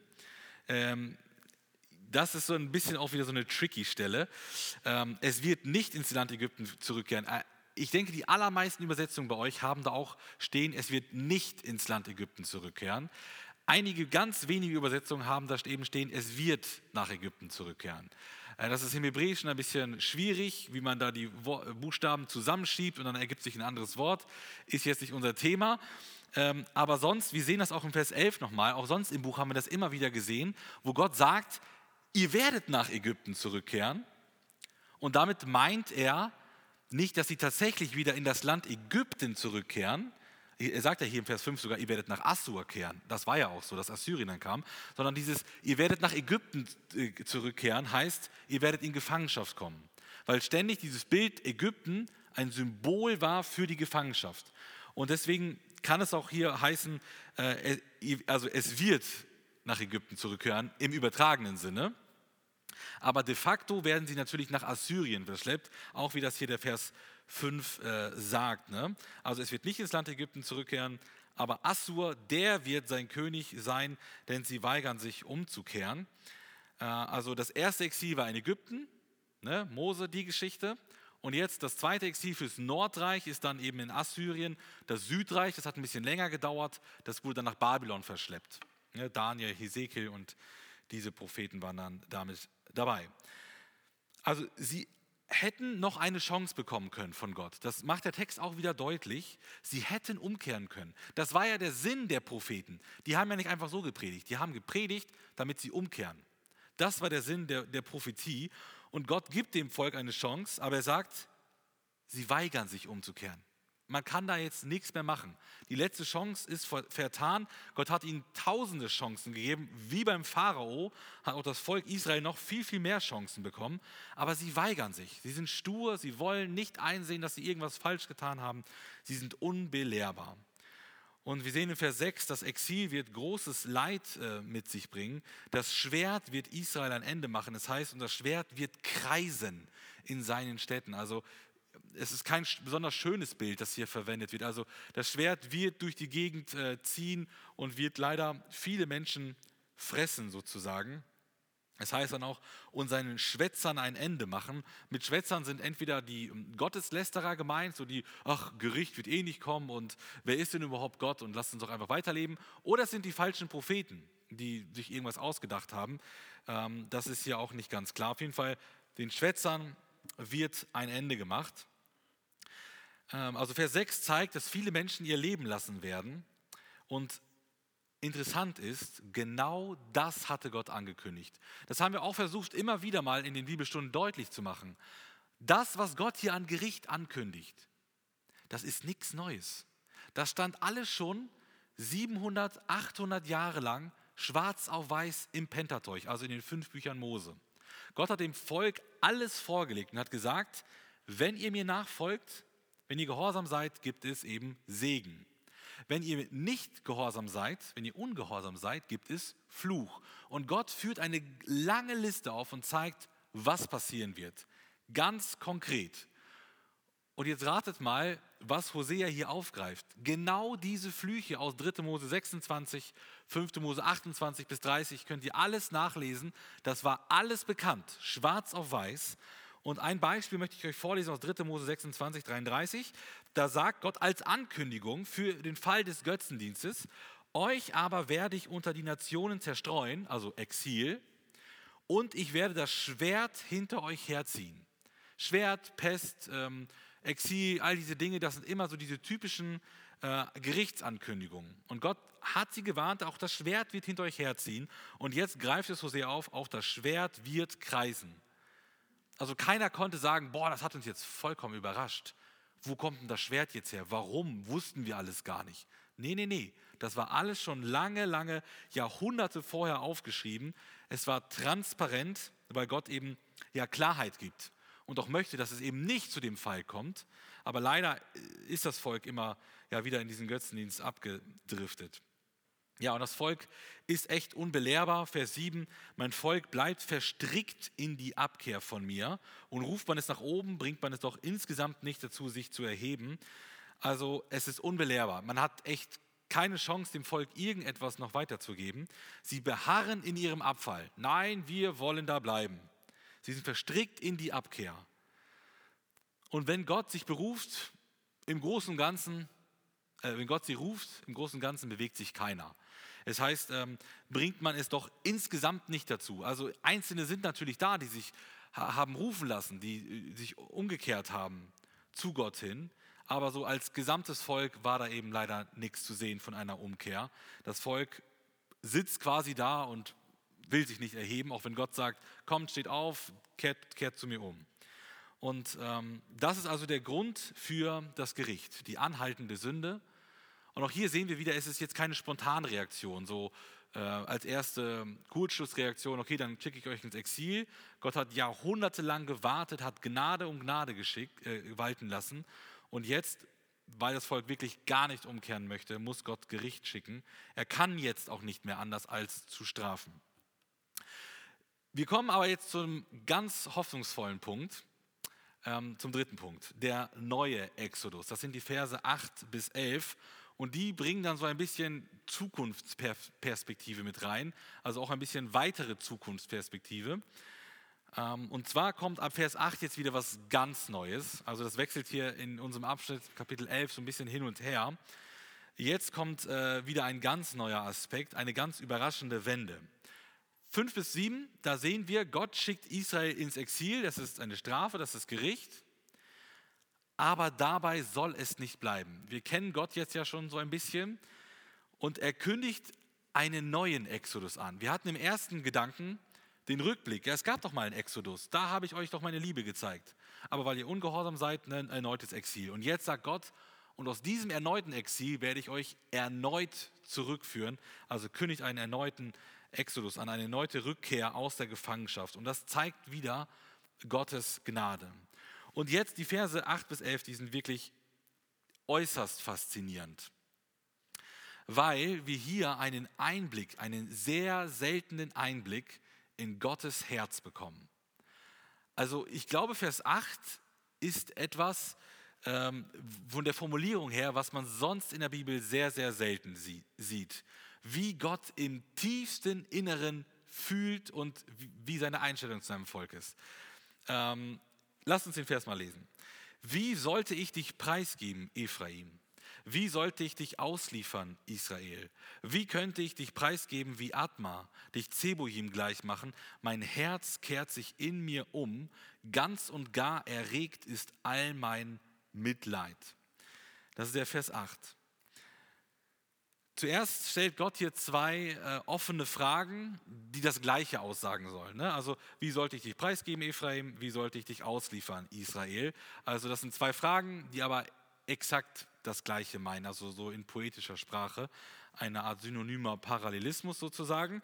Das ist so ein bisschen auch wieder so eine tricky Stelle. Es wird nicht ins Land Ägypten zurückkehren. Ich denke, die allermeisten Übersetzungen bei euch haben da auch stehen, es wird nicht ins Land Ägypten zurückkehren. Einige ganz wenige Übersetzungen haben da eben stehen, es wird nach Ägypten zurückkehren. Das ist im Hebräischen ein bisschen schwierig, wie man da die Buchstaben zusammenschiebt und dann ergibt sich ein anderes Wort. Ist jetzt nicht unser Thema. Aber sonst, wir sehen das auch im Vers 11 nochmal, auch sonst im Buch haben wir das immer wieder gesehen, wo Gott sagt, ihr werdet nach Ägypten zurückkehren. Und damit meint er nicht, dass sie tatsächlich wieder in das Land Ägypten zurückkehren. Er sagt ja hier im Vers 5 sogar, ihr werdet nach Assur kehren. Das war ja auch so, dass Assyrien dann kam. Sondern dieses, ihr werdet nach Ägypten zurückkehren, heißt, ihr werdet in Gefangenschaft kommen. Weil ständig dieses Bild Ägypten ein Symbol war für die Gefangenschaft. Und deswegen kann es auch hier heißen, also es wird nach Ägypten zurückkehren, im übertragenen Sinne. Aber de facto werden sie natürlich nach Assyrien verschleppt, auch wie das hier der Vers 5 sagt. Ne? Also es wird nicht ins Land Ägypten zurückkehren, aber Assur, der wird sein König sein, denn sie weigern sich umzukehren. Also das erste Exil war in Ägypten, ne? Mose, die Geschichte. Und jetzt das zweite Exil fürs Nordreich ist dann eben in Assyrien. Das Südreich, das hat ein bisschen länger gedauert, das wurde dann nach Babylon verschleppt. Ne? Daniel, Hesekiel und diese Propheten waren dann damit dabei. Also sie hätten noch eine Chance bekommen können von Gott. Das macht der Text auch wieder deutlich. Sie hätten umkehren können. Das war ja der Sinn der Propheten. Die haben ja nicht einfach so gepredigt. Die haben gepredigt, damit sie umkehren. Das war der Sinn der Prophetie. Und Gott gibt dem Volk eine Chance, aber er sagt, sie weigern sich umzukehren. Man kann da jetzt nichts mehr machen. Die letzte Chance ist vertan. Gott hat ihnen tausende Chancen gegeben. Wie beim Pharao hat auch das Volk Israel noch viel, viel mehr Chancen bekommen. Aber sie weigern sich. Sie sind stur. Sie wollen nicht einsehen, dass sie irgendwas falsch getan haben. Sie sind unbelehrbar. Und wir sehen in Vers 6, das Exil wird großes Leid mit sich bringen. Das Schwert wird Israel ein Ende machen. Das heißt, und das Schwert wird kreisen in seinen Städten. Also es ist kein besonders schönes Bild, das hier verwendet wird. Also das Schwert wird durch die Gegend ziehen und wird leider viele Menschen fressen sozusagen. Es heißt dann auch, und seinen Schwätzern ein Ende machen. Mit Schwätzern sind entweder die Gotteslästerer gemeint, so die, ach, Gericht wird eh nicht kommen und wer ist denn überhaupt Gott und lasst uns doch einfach weiterleben. Oder es sind die falschen Propheten, die sich irgendwas ausgedacht haben. Das ist hier auch nicht ganz klar. Auf jeden Fall, den Schwätzern wird ein Ende gemacht. Also Vers 6 zeigt, dass viele Menschen ihr Leben lassen werden. Und interessant ist, genau das hatte Gott angekündigt. Das haben wir auch versucht, immer wieder mal in den Bibelstunden deutlich zu machen. Das, was Gott hier an Gericht ankündigt, das ist nichts Neues. Das stand alles schon 700, 800 Jahre lang schwarz auf weiß im Pentateuch, also in den 5 Büchern Mose. Gott hat dem Volk alles vorgelegt und hat gesagt, wenn ihr mir nachfolgt, wenn ihr gehorsam seid, gibt es eben Segen. Wenn ihr nicht gehorsam seid, wenn ihr ungehorsam seid, gibt es Fluch. Und Gott führt eine lange Liste auf und zeigt, was passieren wird. Ganz konkret. Und jetzt ratet mal, was Hosea hier aufgreift. Genau diese Flüche aus 3. Mose 26, 5. Mose 28 bis 30 könnt ihr alles nachlesen. Das war alles bekannt, schwarz auf weiß. Und ein Beispiel möchte ich euch vorlesen aus 3. Mose 26, 33. Da sagt Gott als Ankündigung für den Fall des Götzendienstes, euch aber werde ich unter die Nationen zerstreuen, also Exil, und ich werde das Schwert hinter euch herziehen. Schwert, Pest, Exil, all diese Dinge, das sind immer so diese typischen Gerichtsankündigungen. Und Gott hat sie gewarnt, auch das Schwert wird hinter euch herziehen. Und jetzt greift es Hosea auf, auch das Schwert wird kreisen. Also keiner konnte sagen, boah, das hat uns jetzt vollkommen überrascht. Wo kommt denn das Schwert jetzt her? Warum? Wussten wir alles gar nicht. Nee. Das war alles schon lange Jahrhunderte vorher aufgeschrieben. Es war transparent, weil Gott eben ja Klarheit gibt und auch möchte, dass es eben nicht zu dem Fall kommt. Aber leider ist das Volk immer ja wieder in diesen Götzendienst abgedriftet. Ja, und das Volk ist echt unbelehrbar. Vers 7, mein Volk bleibt verstrickt in die Abkehr von mir. Und ruft man es nach oben, bringt man es doch insgesamt nicht dazu, sich zu erheben. Also es ist unbelehrbar. Man hat echt keine Chance, dem Volk irgendetwas noch weiterzugeben. Sie beharren in ihrem Abfall. Nein, wir wollen da bleiben. Sie sind verstrickt in die Abkehr. Und wenn Gott sich beruft, im Großen und Ganzen, wenn Gott sie ruft, im Großen und Ganzen bewegt sich keiner. Es heißt, bringt man es doch insgesamt nicht dazu. Also Einzelne sind natürlich da, die sich haben rufen lassen, die sich umgekehrt haben zu Gott hin. Aber so als gesamtes Volk war da eben leider nichts zu sehen von einer Umkehr. Das Volk sitzt quasi da und will sich nicht erheben, auch wenn Gott sagt, kommt, steht auf, kehrt zu mir um. Und das ist also der Grund für das Gericht, die anhaltende Sünde. Und auch hier sehen wir wieder, es ist jetzt keine Spontanreaktion, so als erste Kurzschlussreaktion, okay, dann schicke ich euch ins Exil. Gott hat jahrhundertelang gewartet, hat Gnade um Gnade walten lassen. Und jetzt, weil das Volk wirklich gar nicht umkehren möchte, muss Gott Gericht schicken. Er kann jetzt auch nicht mehr anders als zu strafen. Wir kommen aber jetzt zu einem ganz hoffnungsvollen Punkt, zum dritten Punkt, der neue Exodus. Das sind die Verse 8 bis 11 und die bringen dann so ein bisschen Zukunftsperspektive mit rein, also auch ein bisschen weitere Zukunftsperspektive. Und zwar kommt ab Vers 8 jetzt wieder was ganz Neues, also das wechselt hier in unserem Abschnitt Kapitel 11 so ein bisschen hin und her. Jetzt kommt wieder ein ganz neuer Aspekt, eine ganz überraschende Wende. 5 bis 7, da sehen wir, Gott schickt Israel ins Exil, das ist eine Strafe, das ist Gericht, aber dabei soll es nicht bleiben. Wir kennen Gott jetzt ja schon so ein bisschen und er kündigt einen neuen Exodus an. Wir hatten im ersten Gedanken den Rückblick, ja, es gab doch mal einen Exodus, da habe ich euch doch meine Liebe gezeigt, aber weil ihr ungehorsam seid, ein erneutes Exil. Und jetzt sagt Gott, und aus diesem erneuten Exil werde ich euch erneut zurückführen, also kündigt einen erneuten Exodus an, eine erneute Rückkehr aus der Gefangenschaft. Und das zeigt wieder Gottes Gnade. Und jetzt die Verse 8 bis 11, die sind wirklich äußerst faszinierend, weil wir hier einen Einblick, einen sehr seltenen Einblick in Gottes Herz bekommen. Also ich glaube, Vers 8 ist etwas von der Formulierung her, was man sonst in der Bibel sehr, sehr selten sieht. Wie Gott im tiefsten Inneren fühlt und wie seine Einstellung zu seinem Volk ist. Lasst uns den Vers mal lesen. Wie sollte ich dich preisgeben, Ephraim? Wie sollte ich dich ausliefern, Israel? Wie könnte ich dich preisgeben wie Adma, dich Zeboim gleich machen? Mein Herz kehrt sich in mir um, ganz und gar erregt ist all mein Mitleid. Das ist der Vers 8. Zuerst stellt Gott hier zwei offene Fragen, die das Gleiche aussagen sollen. Ne? Also, wie sollte ich dich preisgeben, Ephraim? Wie sollte ich dich ausliefern, Israel? Also, das sind zwei Fragen, die aber exakt das Gleiche meinen, also so in poetischer Sprache, eine Art synonymer Parallelismus sozusagen.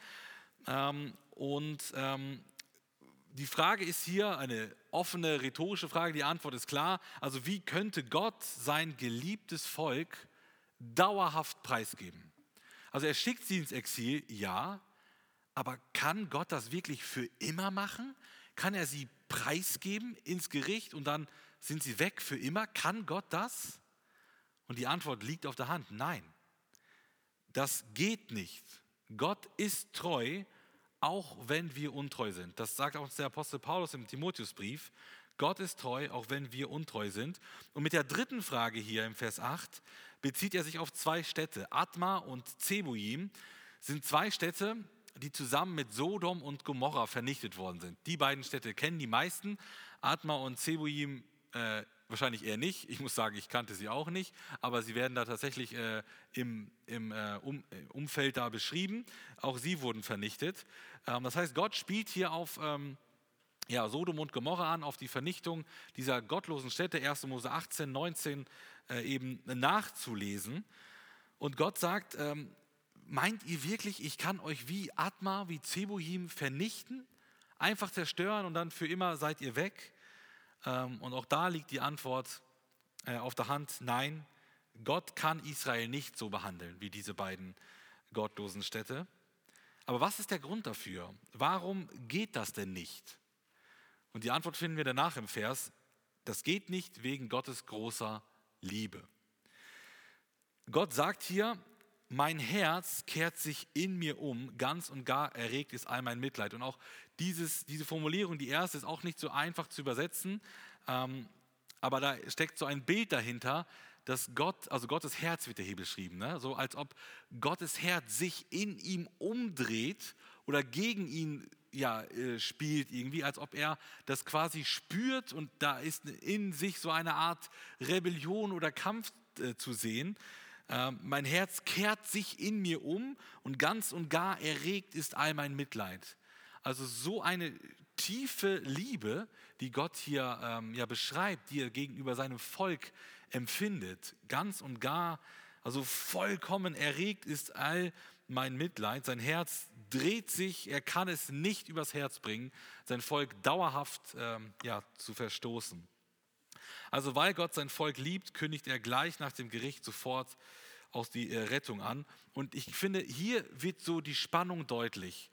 Die Frage ist hier eine offene, rhetorische Frage, die Antwort ist klar. Also, wie könnte Gott sein geliebtes Volk dauerhaft preisgeben? Also er schickt sie ins Exil, ja, aber kann Gott das wirklich für immer machen? Kann er sie preisgeben ins Gericht und dann sind sie weg für immer? Kann Gott das? Und die Antwort liegt auf der Hand, nein. Das geht nicht. Gott ist treu, auch wenn wir untreu sind. Das sagt auch der Apostel Paulus im Timotheusbrief. Gott ist treu, auch wenn wir untreu sind. Und mit der dritten Frage hier im Vers 8 bezieht er sich auf zwei Städte. Adma und Zeboim sind zwei Städte, die zusammen mit Sodom und Gomorra vernichtet worden sind. Die beiden Städte kennen die meisten. Adma und Zeboim wahrscheinlich eher nicht. Ich muss sagen, ich kannte sie auch nicht. Aber sie werden da tatsächlich im Umfeld da beschrieben. Auch sie wurden vernichtet. Das heißt, Gott spielt hier auf Sodom und Gomorra an, auf die Vernichtung dieser gottlosen Städte, 1. Mose 18, 19 eben nachzulesen. Und Gott sagt, meint ihr wirklich, ich kann euch wie Adma, wie Zeboim vernichten? Einfach zerstören und dann für immer seid ihr weg? Und auch da liegt die Antwort auf der Hand, nein, Gott kann Israel nicht so behandeln wie diese beiden gottlosen Städte. Aber was ist der Grund dafür? Warum geht das denn nicht? Und die Antwort finden wir danach im Vers, das geht nicht wegen Gottes großer Liebe. Gott sagt hier, mein Herz kehrt sich in mir um, ganz und gar erregt ist all mein Mitleid. Und auch diese Formulierung, die erste, ist auch nicht so einfach zu übersetzen. Aber da steckt so ein Bild dahinter, dass Gott, also Gottes Herz wird hier beschrieben, ne? So als ob Gottes Herz sich in ihm umdreht oder gegen ihn spielt irgendwie, als ob er das quasi spürt und da ist in sich so eine Art Rebellion oder Kampf zu sehen. Mein Herz kehrt sich in mir um und ganz und gar erregt ist all mein Mitleid. Also so eine tiefe Liebe, die Gott hier beschreibt, die er gegenüber seinem Volk empfindet, ganz und gar, also vollkommen erregt ist all mein Mitleid. Sein Herz dreht sich, er kann es nicht übers Herz bringen, sein Volk dauerhaft zu verstoßen. Also weil Gott sein Volk liebt, kündigt er gleich nach dem Gericht sofort auch die Rettung an. Und ich finde, hier wird so die Spannung deutlich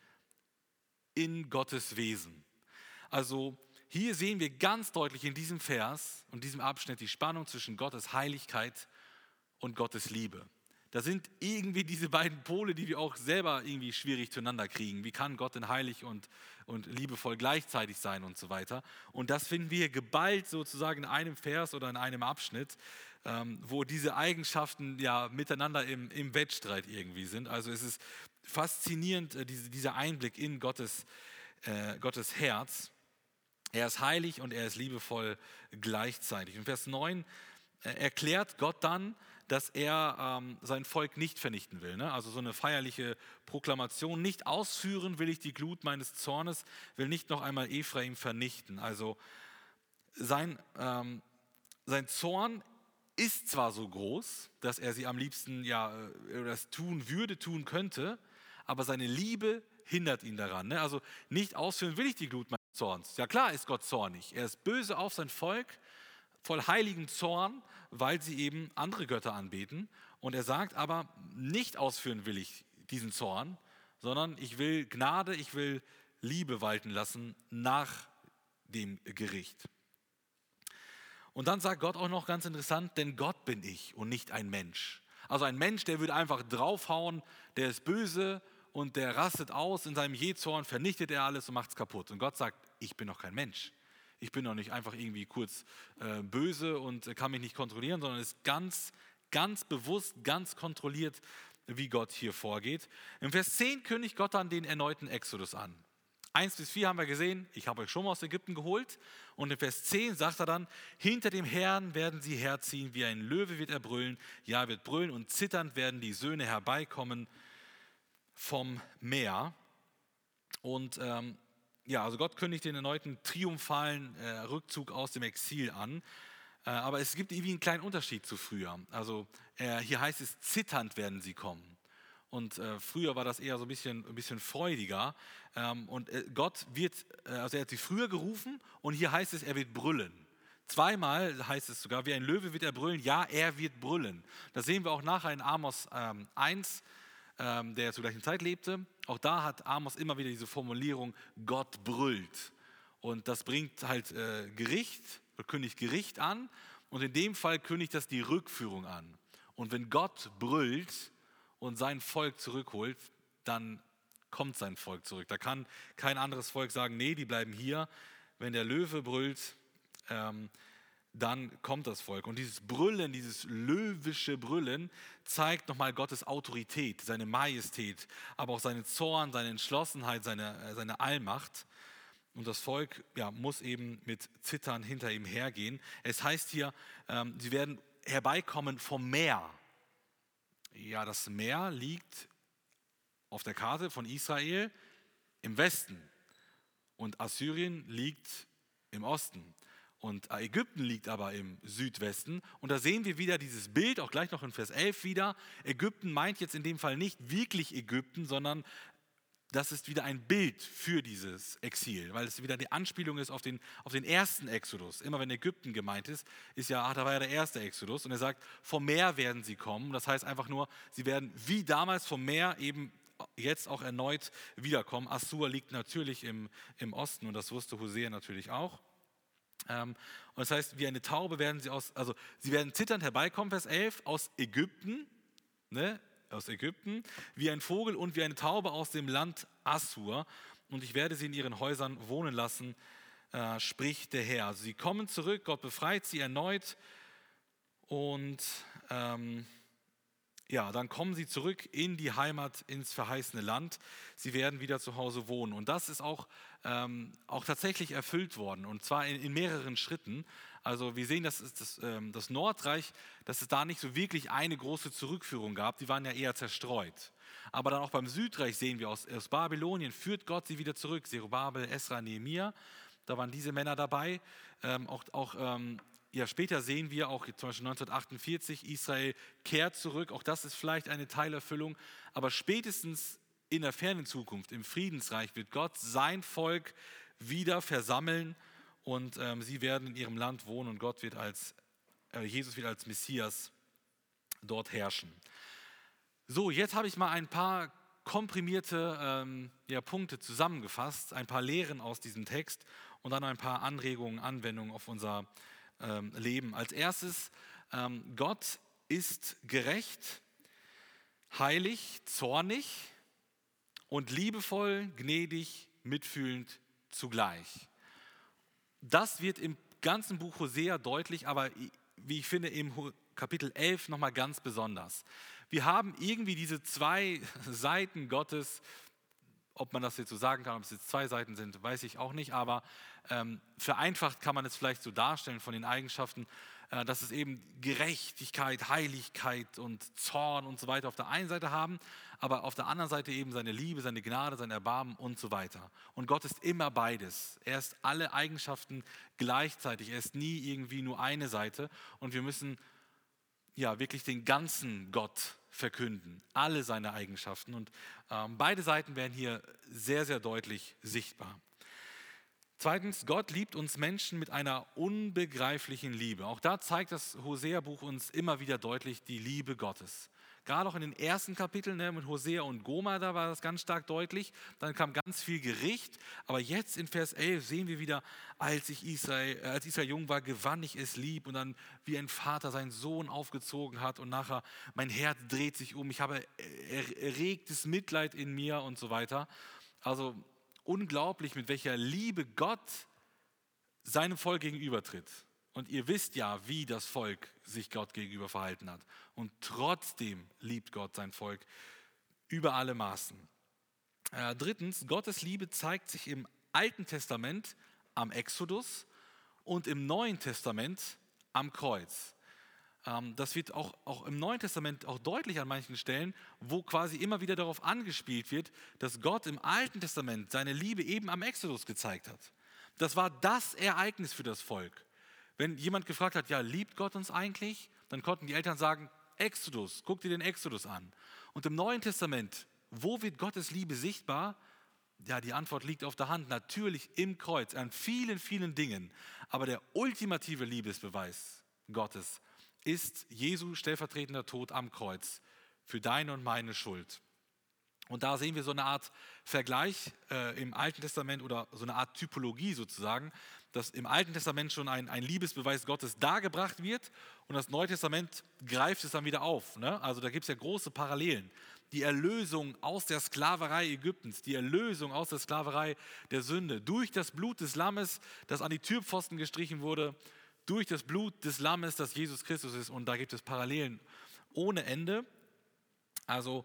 in Gottes Wesen. Also hier sehen wir ganz deutlich in diesem Vers und diesem Abschnitt die Spannung zwischen Gottes Heiligkeit und Gottes Liebe. Da sind irgendwie diese beiden Pole, die wir auch selber irgendwie schwierig zueinander kriegen. Wie kann Gott denn heilig und liebevoll gleichzeitig sein und so weiter? Und das finden wir geballt sozusagen in einem Vers oder in einem Abschnitt, wo diese Eigenschaften ja miteinander im Wettstreit irgendwie sind. Also es ist faszinierend, dieser Einblick in Gottes Herz. Er ist heilig und er ist liebevoll gleichzeitig. In Vers 9 erklärt Gott dann, dass er sein Volk nicht vernichten will. Ne? Also so eine feierliche Proklamation. Nicht ausführen will ich die Glut meines Zornes, will nicht noch einmal Ephraim vernichten. Also sein Zorn ist zwar so groß, dass er sie am liebsten das tun könnte, aber seine Liebe hindert ihn daran. Ne? Also nicht ausführen will ich die Glut meines Zorns. Ja klar ist Gott zornig. Er ist böse auf sein Volk, voll heiligen Zorn, weil sie eben andere Götter anbeten. Und er sagt aber, nicht ausführen will ich diesen Zorn, sondern ich will Gnade, ich will Liebe walten lassen nach dem Gericht. Und dann sagt Gott auch noch ganz interessant, denn Gott bin ich und nicht ein Mensch. Also ein Mensch, der würde einfach draufhauen, der ist böse und der rastet aus, in seinem Jähzorn vernichtet er alles und macht es kaputt. Und Gott sagt, ich bin doch kein Mensch. Ich bin doch nicht einfach irgendwie kurz böse und kann mich nicht kontrollieren, sondern ist ganz, ganz bewusst, ganz kontrolliert, wie Gott hier vorgeht. Im Vers 10 kündigt Gott dann den erneuten Exodus an. 1-4 haben wir gesehen, ich habe euch schon mal aus Ägypten geholt. Und im Vers 10 sagt er dann, hinter dem Herrn werden sie herziehen, wie ein Löwe wird er brüllen, ja, er wird brüllen und zitternd werden die Söhne herbeikommen vom Meer. Und also Gott kündigt den erneuten triumphalen Rückzug aus dem Exil an. Aber es gibt irgendwie einen kleinen Unterschied zu früher. Also hier heißt es, zitternd werden sie kommen. Und früher war das eher so ein bisschen freudiger. Gott er hat sie früher gerufen und hier heißt es, er wird brüllen. Zweimal heißt es sogar, wie ein Löwe wird er brüllen, ja, er wird brüllen. Das sehen wir auch nachher in Amos 1, der zur gleichen Zeit lebte. Auch da hat Amos immer wieder diese Formulierung, Gott brüllt. Und das bringt halt kündigt Gericht an und in dem Fall kündigt das die Rückführung an. Und wenn Gott brüllt und sein Volk zurückholt, dann kommt sein Volk zurück. Da kann kein anderes Volk sagen, nee, die bleiben hier. Wenn der Löwe brüllt, dann kommt das Volk. Und dieses Brüllen, dieses löwische Brüllen zeigt nochmal Gottes Autorität, seine Majestät, aber auch seinen Zorn, seine Entschlossenheit, seine Allmacht. Und das Volk muss eben mit Zittern hinter ihm hergehen. Es heißt hier, sie werden herbeikommen vom Meer. Ja, das Meer liegt auf der Karte von Israel im Westen und Assyrien liegt im Osten. Und Ägypten liegt aber im Südwesten. Und da sehen wir wieder dieses Bild, auch gleich noch in Vers 11 wieder. Ägypten meint jetzt in dem Fall nicht wirklich Ägypten, sondern das ist wieder ein Bild für dieses Exil, weil es wieder die Anspielung ist auf den ersten Exodus. Immer wenn Ägypten gemeint ist, da war ja der erste Exodus. Und er sagt, vom Meer werden sie kommen. Das heißt einfach nur, sie werden wie damals vom Meer eben jetzt auch erneut wiederkommen. Assur liegt natürlich im Osten und das wusste Hosea natürlich auch. Und das heißt, wie eine Taube werden sie werden zitternd herbeikommen, Vers 11, aus Ägypten, ne? Aus Ägypten, wie ein Vogel und wie eine Taube aus dem Land Assur. Und ich werde sie in ihren Häusern wohnen lassen, spricht der Herr. Also sie kommen zurück, Gott befreit sie erneut und dann kommen sie zurück in die Heimat, ins verheißene Land. Sie werden wieder zu Hause wohnen. Und das ist auch tatsächlich erfüllt worden, und zwar in mehreren Schritten. Also wir sehen, dass das Nordreich, dass es da nicht so wirklich eine große Zurückführung gab. Die waren ja eher zerstreut. Aber dann auch beim Südreich sehen wir, aus Babylonien führt Gott sie wieder zurück. Zerubabel, Esra, Nehemia, da waren diese Männer dabei. Später sehen wir auch zum Beispiel 1948, Israel kehrt zurück. Auch das ist vielleicht eine Teilerfüllung. Aber spätestens in der fernen Zukunft, im Friedensreich, wird Gott sein Volk wieder versammeln und sie werden in ihrem Land wohnen und Jesus wird als Messias dort herrschen. So, jetzt habe ich mal ein paar komprimierte Punkte zusammengefasst, ein paar Lehren aus diesem Text und dann ein paar Anregungen, Anwendungen auf unser Leben. Als erstes, Gott ist gerecht, heilig, zornig und liebevoll, gnädig, mitfühlend zugleich. Das wird im ganzen Buch Hosea deutlich, aber wie ich finde, im Kapitel 11 nochmal ganz besonders. Wir haben irgendwie diese zwei Seiten Gottes. Ob man das jetzt so sagen kann, ob es jetzt zwei Seiten sind, weiß ich auch nicht, aber vereinfacht kann man es vielleicht so darstellen von den Eigenschaften, dass es eben Gerechtigkeit, Heiligkeit und Zorn und so weiter auf der einen Seite haben, aber auf der anderen Seite eben seine Liebe, seine Gnade, sein Erbarmen und so weiter. Und Gott ist immer beides. Er ist alle Eigenschaften gleichzeitig. Er ist nie irgendwie nur eine Seite und wir müssen wirklich den ganzen Gott verkünden, alle seine Eigenschaften. Und beide Seiten werden hier sehr, sehr deutlich sichtbar. Zweitens, Gott liebt uns Menschen mit einer unbegreiflichen Liebe. Auch da zeigt das Hosea-Buch uns immer wieder deutlich die Liebe Gottes. Gerade auch in den ersten Kapiteln mit Hosea und Gomer, da war das ganz stark deutlich. Dann kam ganz viel Gericht. Aber jetzt in Vers 11 sehen wir wieder, als Israel jung war, gewann ich es lieb. Und dann wie ein Vater seinen Sohn aufgezogen hat. Und nachher, mein Herz dreht sich um. Ich habe erregtes Mitleid in mir und so weiter. Also unglaublich, mit welcher Liebe Gott seinem Volk gegenübertritt. Und ihr wisst ja, wie das Volk sich Gott gegenüber verhalten hat. Und trotzdem liebt Gott sein Volk über alle Maßen. Drittens, Gottes Liebe zeigt sich im Alten Testament am Exodus und im Neuen Testament am Kreuz. Das wird auch im Neuen Testament auch deutlich an manchen Stellen, wo quasi immer wieder darauf angespielt wird, dass Gott im Alten Testament seine Liebe eben am Exodus gezeigt hat. Das war das Ereignis für das Volk. Wenn jemand gefragt hat, ja, liebt Gott uns eigentlich? Dann konnten die Eltern sagen, Exodus, guck dir den Exodus an. Und im Neuen Testament, wo wird Gottes Liebe sichtbar? Ja, die Antwort liegt auf der Hand, natürlich im Kreuz, an vielen, vielen Dingen. Aber der ultimative Liebesbeweis Gottes ist Jesu stellvertretender Tod am Kreuz für deine und meine Schuld. Und da sehen wir so eine Art Vergleich im Alten Testament oder so eine Art Typologie sozusagen, dass im Alten Testament schon ein Liebesbeweis Gottes dargebracht wird und das Neue Testament greift es dann wieder auf. Ne? Also da gibt es ja große Parallelen. Die Erlösung aus der Sklaverei Ägyptens, die Erlösung aus der Sklaverei der Sünde, durch das Blut des Lammes, das an die Türpfosten gestrichen wurde, durch das Blut des Lammes, das Jesus Christus ist. Und da gibt es Parallelen ohne Ende. Also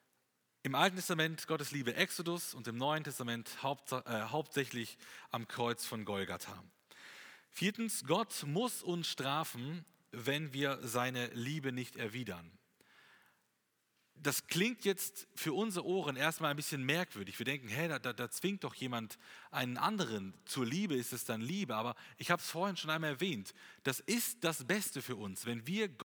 im Alten Testament Gottes Liebe Exodus und im Neuen Testament hauptsächlich am Kreuz von Golgatha. Viertens, Gott muss uns strafen, wenn wir seine Liebe nicht erwidern. Das klingt jetzt für unsere Ohren erstmal ein bisschen merkwürdig. Wir denken, da zwingt doch jemand einen anderen zur Liebe, ist es dann Liebe. Aber ich habe es vorhin schon einmal erwähnt, das ist das Beste für uns, wenn wir Gott.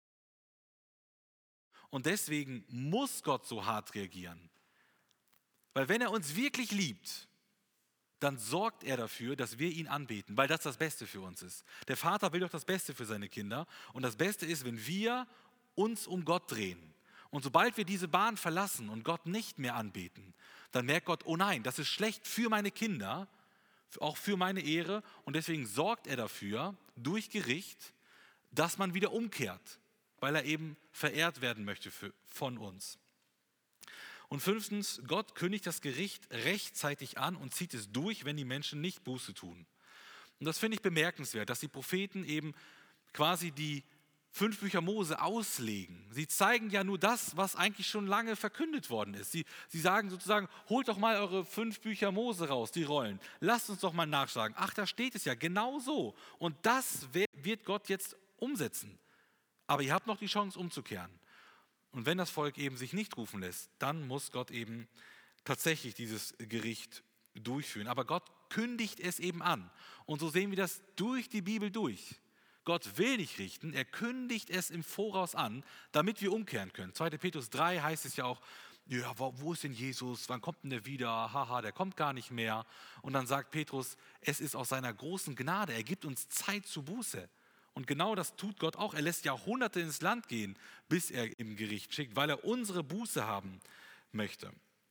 Und deswegen muss Gott so hart reagieren. Weil wenn er uns wirklich liebt, dann sorgt er dafür, dass wir ihn anbeten, weil das Beste für uns ist. Der Vater will doch das Beste für seine Kinder. Und das Beste ist, wenn wir uns um Gott drehen. Und sobald wir diese Bahn verlassen und Gott nicht mehr anbeten, dann merkt Gott, oh nein, das ist schlecht für meine Kinder, auch für meine Ehre. Und deswegen sorgt er dafür, durch Gericht, dass man wieder umkehrt, weil er eben verehrt werden möchte von uns. Und fünftens, Gott kündigt das Gericht rechtzeitig an und zieht es durch, wenn die Menschen nicht Buße tun. Und das finde ich bemerkenswert, dass die Propheten eben quasi die 5 Bücher Mose auslegen. Sie zeigen ja nur das, was eigentlich schon lange verkündet worden ist. Sie sagen sozusagen, holt doch mal eure 5 Bücher Mose raus, die Rollen. Lasst uns doch mal nachschlagen. Ach, da steht es ja genau so. Und das wird Gott jetzt umsetzen. Aber ihr habt noch die Chance umzukehren. Und wenn das Volk eben sich nicht rufen lässt, dann muss Gott eben tatsächlich dieses Gericht durchführen. Aber Gott kündigt es eben an. Und so sehen wir das durch die Bibel durch. Gott will nicht richten, er kündigt es im Voraus an, damit wir umkehren können. 2. Petrus 3 heißt es ja auch, ja, wo ist denn Jesus, wann kommt denn der wieder, haha, der kommt gar nicht mehr. Und dann sagt Petrus, es ist aus seiner großen Gnade, er gibt uns Zeit zur Buße. Und genau das tut Gott auch, er lässt Jahrhunderte ins Land gehen, bis er im Gericht schickt, weil er unsere Buße haben möchte.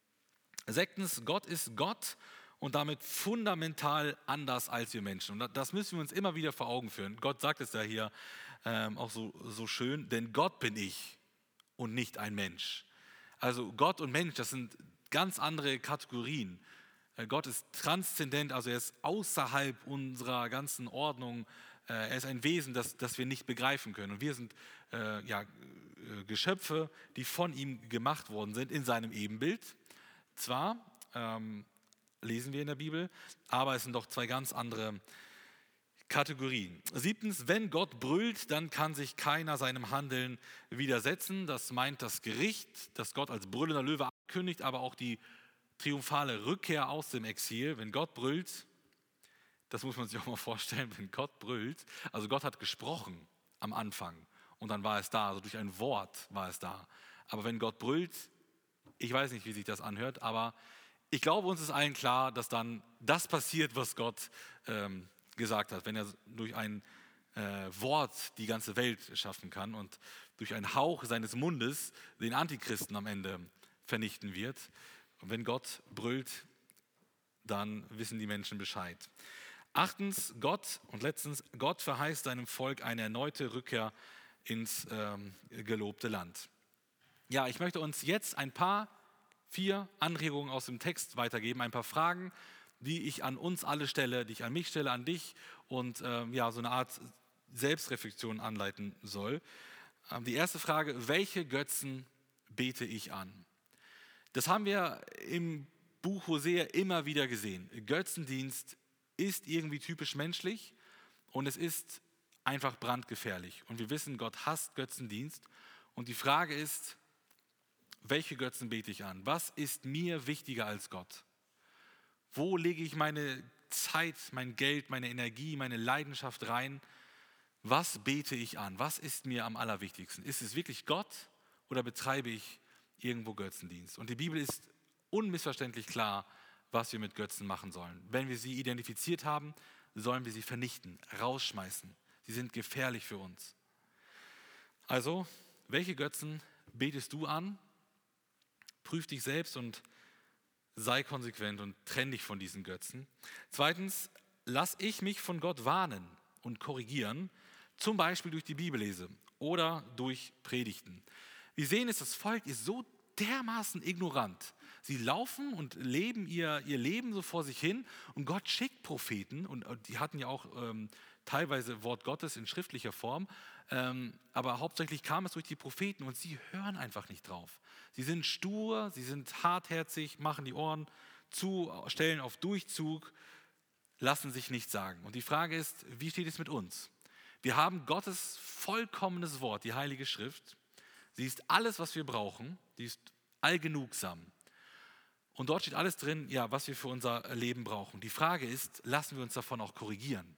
6. Gott ist Gott und damit fundamental anders als wir Menschen. Und das müssen wir uns immer wieder vor Augen führen. Gott sagt es ja hier auch so schön, denn Gott bin ich und nicht ein Mensch. Also Gott und Mensch, das sind ganz andere Kategorien. Gott ist transzendent, also er ist außerhalb unserer ganzen Ordnung. Er ist ein Wesen, das wir nicht begreifen können. Und wir sind Geschöpfe, die von ihm gemacht worden sind in seinem Ebenbild. Zwar lesen wir in der Bibel, aber es sind doch 2 ganz andere Kategorien. 7. Wenn Gott brüllt, dann kann sich keiner seinem Handeln widersetzen. Das meint das Gericht, das Gott als brüllender Löwe ankündigt, aber auch die triumphale Rückkehr aus dem Exil. Wenn Gott brüllt, das muss man sich auch mal vorstellen, wenn Gott brüllt, also Gott hat gesprochen am Anfang und dann war es da, also durch ein Wort war es da. Aber wenn Gott brüllt, ich weiß nicht, wie sich das anhört, aber ich glaube, uns ist allen klar, dass dann das passiert, was Gott gesagt hat, wenn er durch ein Wort die ganze Welt schaffen kann und durch einen Hauch seines Mundes den Antichristen am Ende vernichten wird. Und wenn Gott brüllt, dann wissen die Menschen Bescheid. 8. Gott und letztens, Gott verheißt seinem Volk eine erneute Rückkehr ins gelobte Land. Ja, ich möchte uns jetzt 4 Anregungen aus dem Text weitergeben, ein paar Fragen, die ich an uns alle stelle, die ich an mich stelle, an dich und so eine Art Selbstreflexion anleiten soll. Die erste Frage, welche Götzen bete ich an? Das haben wir im Buch Hosea immer wieder gesehen. Götzendienst ist irgendwie typisch menschlich und es ist einfach brandgefährlich. Und wir wissen, Gott hasst Götzendienst. Und die Frage ist, welche Götzen bete ich an? Was ist mir wichtiger als Gott? Wo lege ich meine Zeit, mein Geld, meine Energie, meine Leidenschaft rein? Was bete ich an? Was ist mir am allerwichtigsten? Ist es wirklich Gott oder betreibe ich irgendwo Götzendienst? Und die Bibel ist unmissverständlich klar, was wir mit Götzen machen sollen. Wenn wir sie identifiziert haben, sollen wir sie vernichten, rausschmeißen. Sie sind gefährlich für uns. Also, welche Götzen betest du an? Prüf dich selbst und sei konsequent und trenn dich von diesen Götzen. 2. Lass ich mich von Gott warnen und korrigieren, zum Beispiel durch die Bibellese oder durch Predigten. Wir sehen es, das Volk ist so dermaßen ignorant. Sie laufen und leben ihr Leben so vor sich hin und Gott schickt Propheten und die hatten ja auch teilweise Wort Gottes in schriftlicher Form, aber hauptsächlich kam es durch die Propheten und sie hören einfach nicht drauf. Sie sind stur, sie sind hartherzig, machen die Ohren zu, stellen auf Durchzug, lassen sich nichts sagen. Und die Frage ist, wie steht es mit uns? Wir haben Gottes vollkommenes Wort, die Heilige Schrift. Sie ist alles, was wir brauchen, sie ist allgenugsam. Und dort steht alles drin, ja, was wir für unser Leben brauchen. Die Frage ist, lassen wir uns davon auch korrigieren?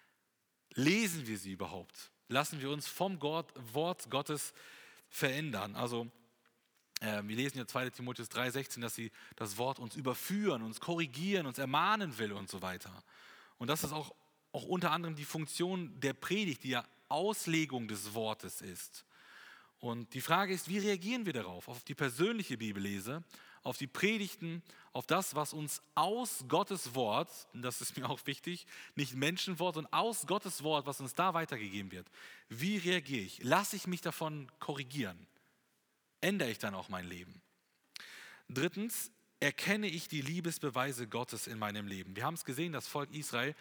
Lesen wir sie überhaupt? Lassen wir uns vom Wort Gottes verändern? Also wir lesen ja 2. Timotheus 3,16, dass sie das Wort uns überführen, uns korrigieren, uns ermahnen will und so weiter. Und das ist auch unter anderem die Funktion der Predigt, die ja Auslegung des Wortes ist. Und die Frage ist, wie reagieren wir darauf? Auf die persönliche Bibellese, auf die Predigten, auf das, was uns aus Gottes Wort, und das ist mir auch wichtig, nicht Menschenwort, sondern aus Gottes Wort, was uns da weitergegeben wird. Wie reagiere ich? Lasse ich mich davon korrigieren? Ändere ich dann auch mein Leben? 3. Erkenne ich die Liebesbeweise Gottes in meinem Leben? Wir haben es gesehen, das Volk Israel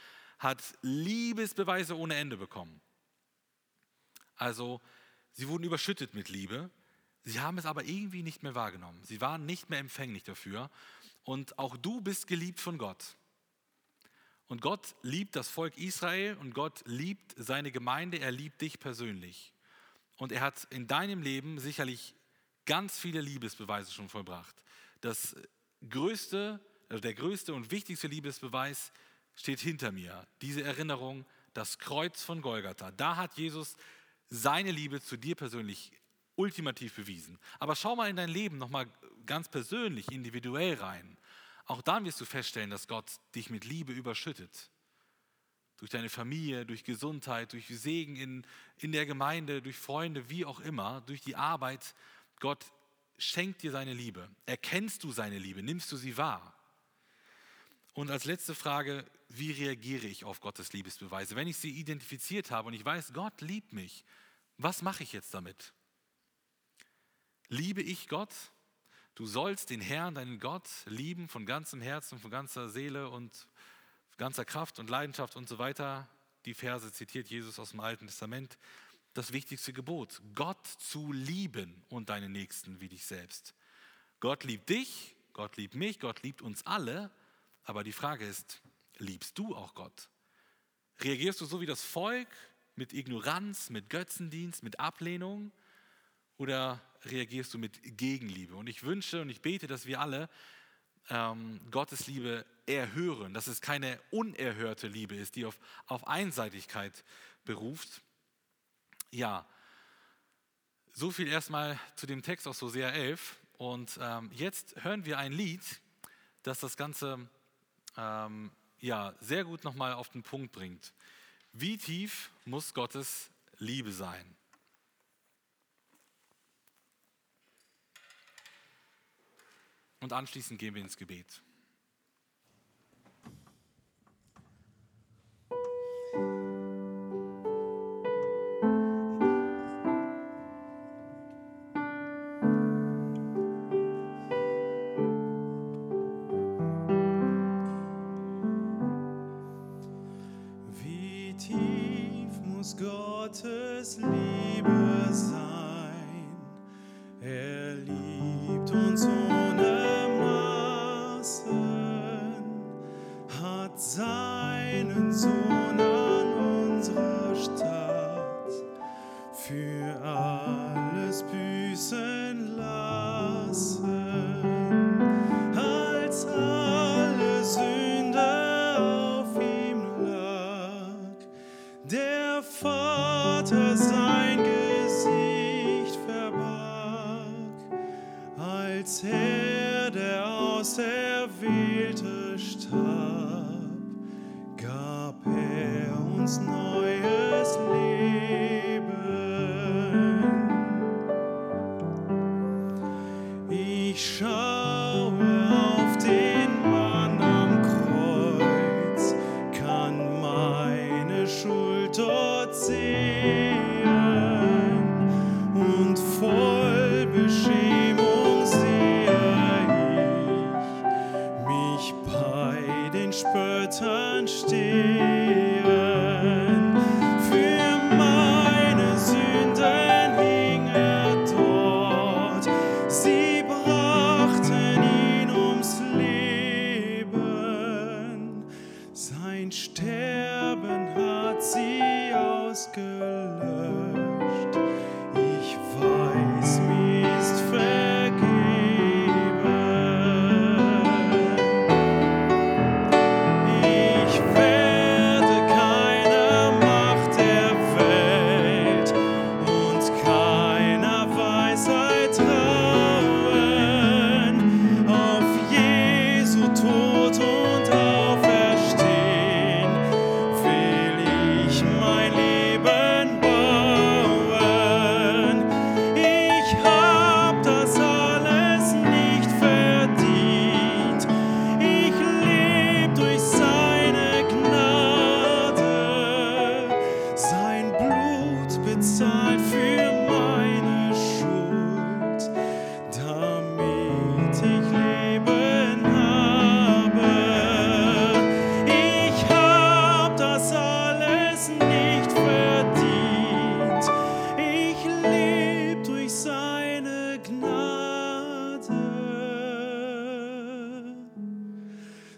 hat Liebesbeweise ohne Ende bekommen. Also sie wurden überschüttet mit Liebe, sie haben es aber irgendwie nicht mehr wahrgenommen. Sie waren nicht mehr empfänglich dafür. Und auch du bist geliebt von Gott. Und Gott liebt das Volk Israel und Gott liebt seine Gemeinde, er liebt dich persönlich. Und er hat in deinem Leben sicherlich ganz viele Liebesbeweise schon vollbracht. Der größte und wichtigste Liebesbeweis steht hinter mir. Diese Erinnerung, das Kreuz von Golgatha. Da hat Jesus seine Liebe zu dir persönlich ultimativ bewiesen. Aber schau mal in dein Leben nochmal ganz persönlich, individuell rein. Auch dann wirst du feststellen, dass Gott dich mit Liebe überschüttet. Durch deine Familie, durch Gesundheit, durch Segen in der Gemeinde, durch Freunde, wie auch immer, durch die Arbeit. Gott schenkt dir seine Liebe. Erkennst du seine Liebe? Nimmst du sie wahr? Und als letzte Frage, wie reagiere ich auf Gottes Liebesbeweise? Wenn ich sie identifiziert habe und ich weiß, Gott liebt mich, was mache ich jetzt damit? Liebe ich Gott? Du sollst den Herrn, deinen Gott, lieben von ganzem Herzen, von ganzer Seele und ganzer Kraft und Leidenschaft und so weiter. Die Verse zitiert Jesus aus dem Alten Testament. Das wichtigste Gebot, Gott zu lieben und deinen Nächsten wie dich selbst. Gott liebt dich, Gott liebt mich, Gott liebt uns alle. Aber die Frage ist, liebst du auch Gott? Reagierst du so wie das Volk mit Ignoranz, mit Götzendienst, mit Ablehnung? Oder reagierst du mit Gegenliebe? Und ich wünsche und ich bete, dass wir alle Gottes Liebe erhören, dass es keine unerhörte Liebe ist, die auf Einseitigkeit beruft. Ja, so viel erstmal zu dem Text aus Hosea 11. Und jetzt hören wir ein Lied, das das Ganze sehr gut nochmal auf den Punkt bringt. Wie tief muss Gottes Liebe sein? Und anschließend gehen wir ins Gebet. Wie tief muss Gottes Liebe sein? Er liebt uns ohne Maßen, hat seinen Sohn an unserer Stadt für alles büßen lassen, als alle Sünde auf ihm lag. Der Vater sein Gesicht verbarg, als er, der Auserwählte, starb, gab er uns neues Leben. Ich schaue auf den Mann am Kreuz, kann meine Schuld dort sehen und voll Beschämung sehe ich mich bei den Spöttern stehen. Für meine Sünden hing er dort, sie brach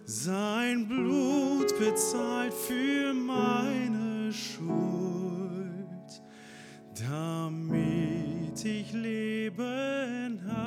Sein Blut bezahlt für meine Schuld, damit ich Leben habe.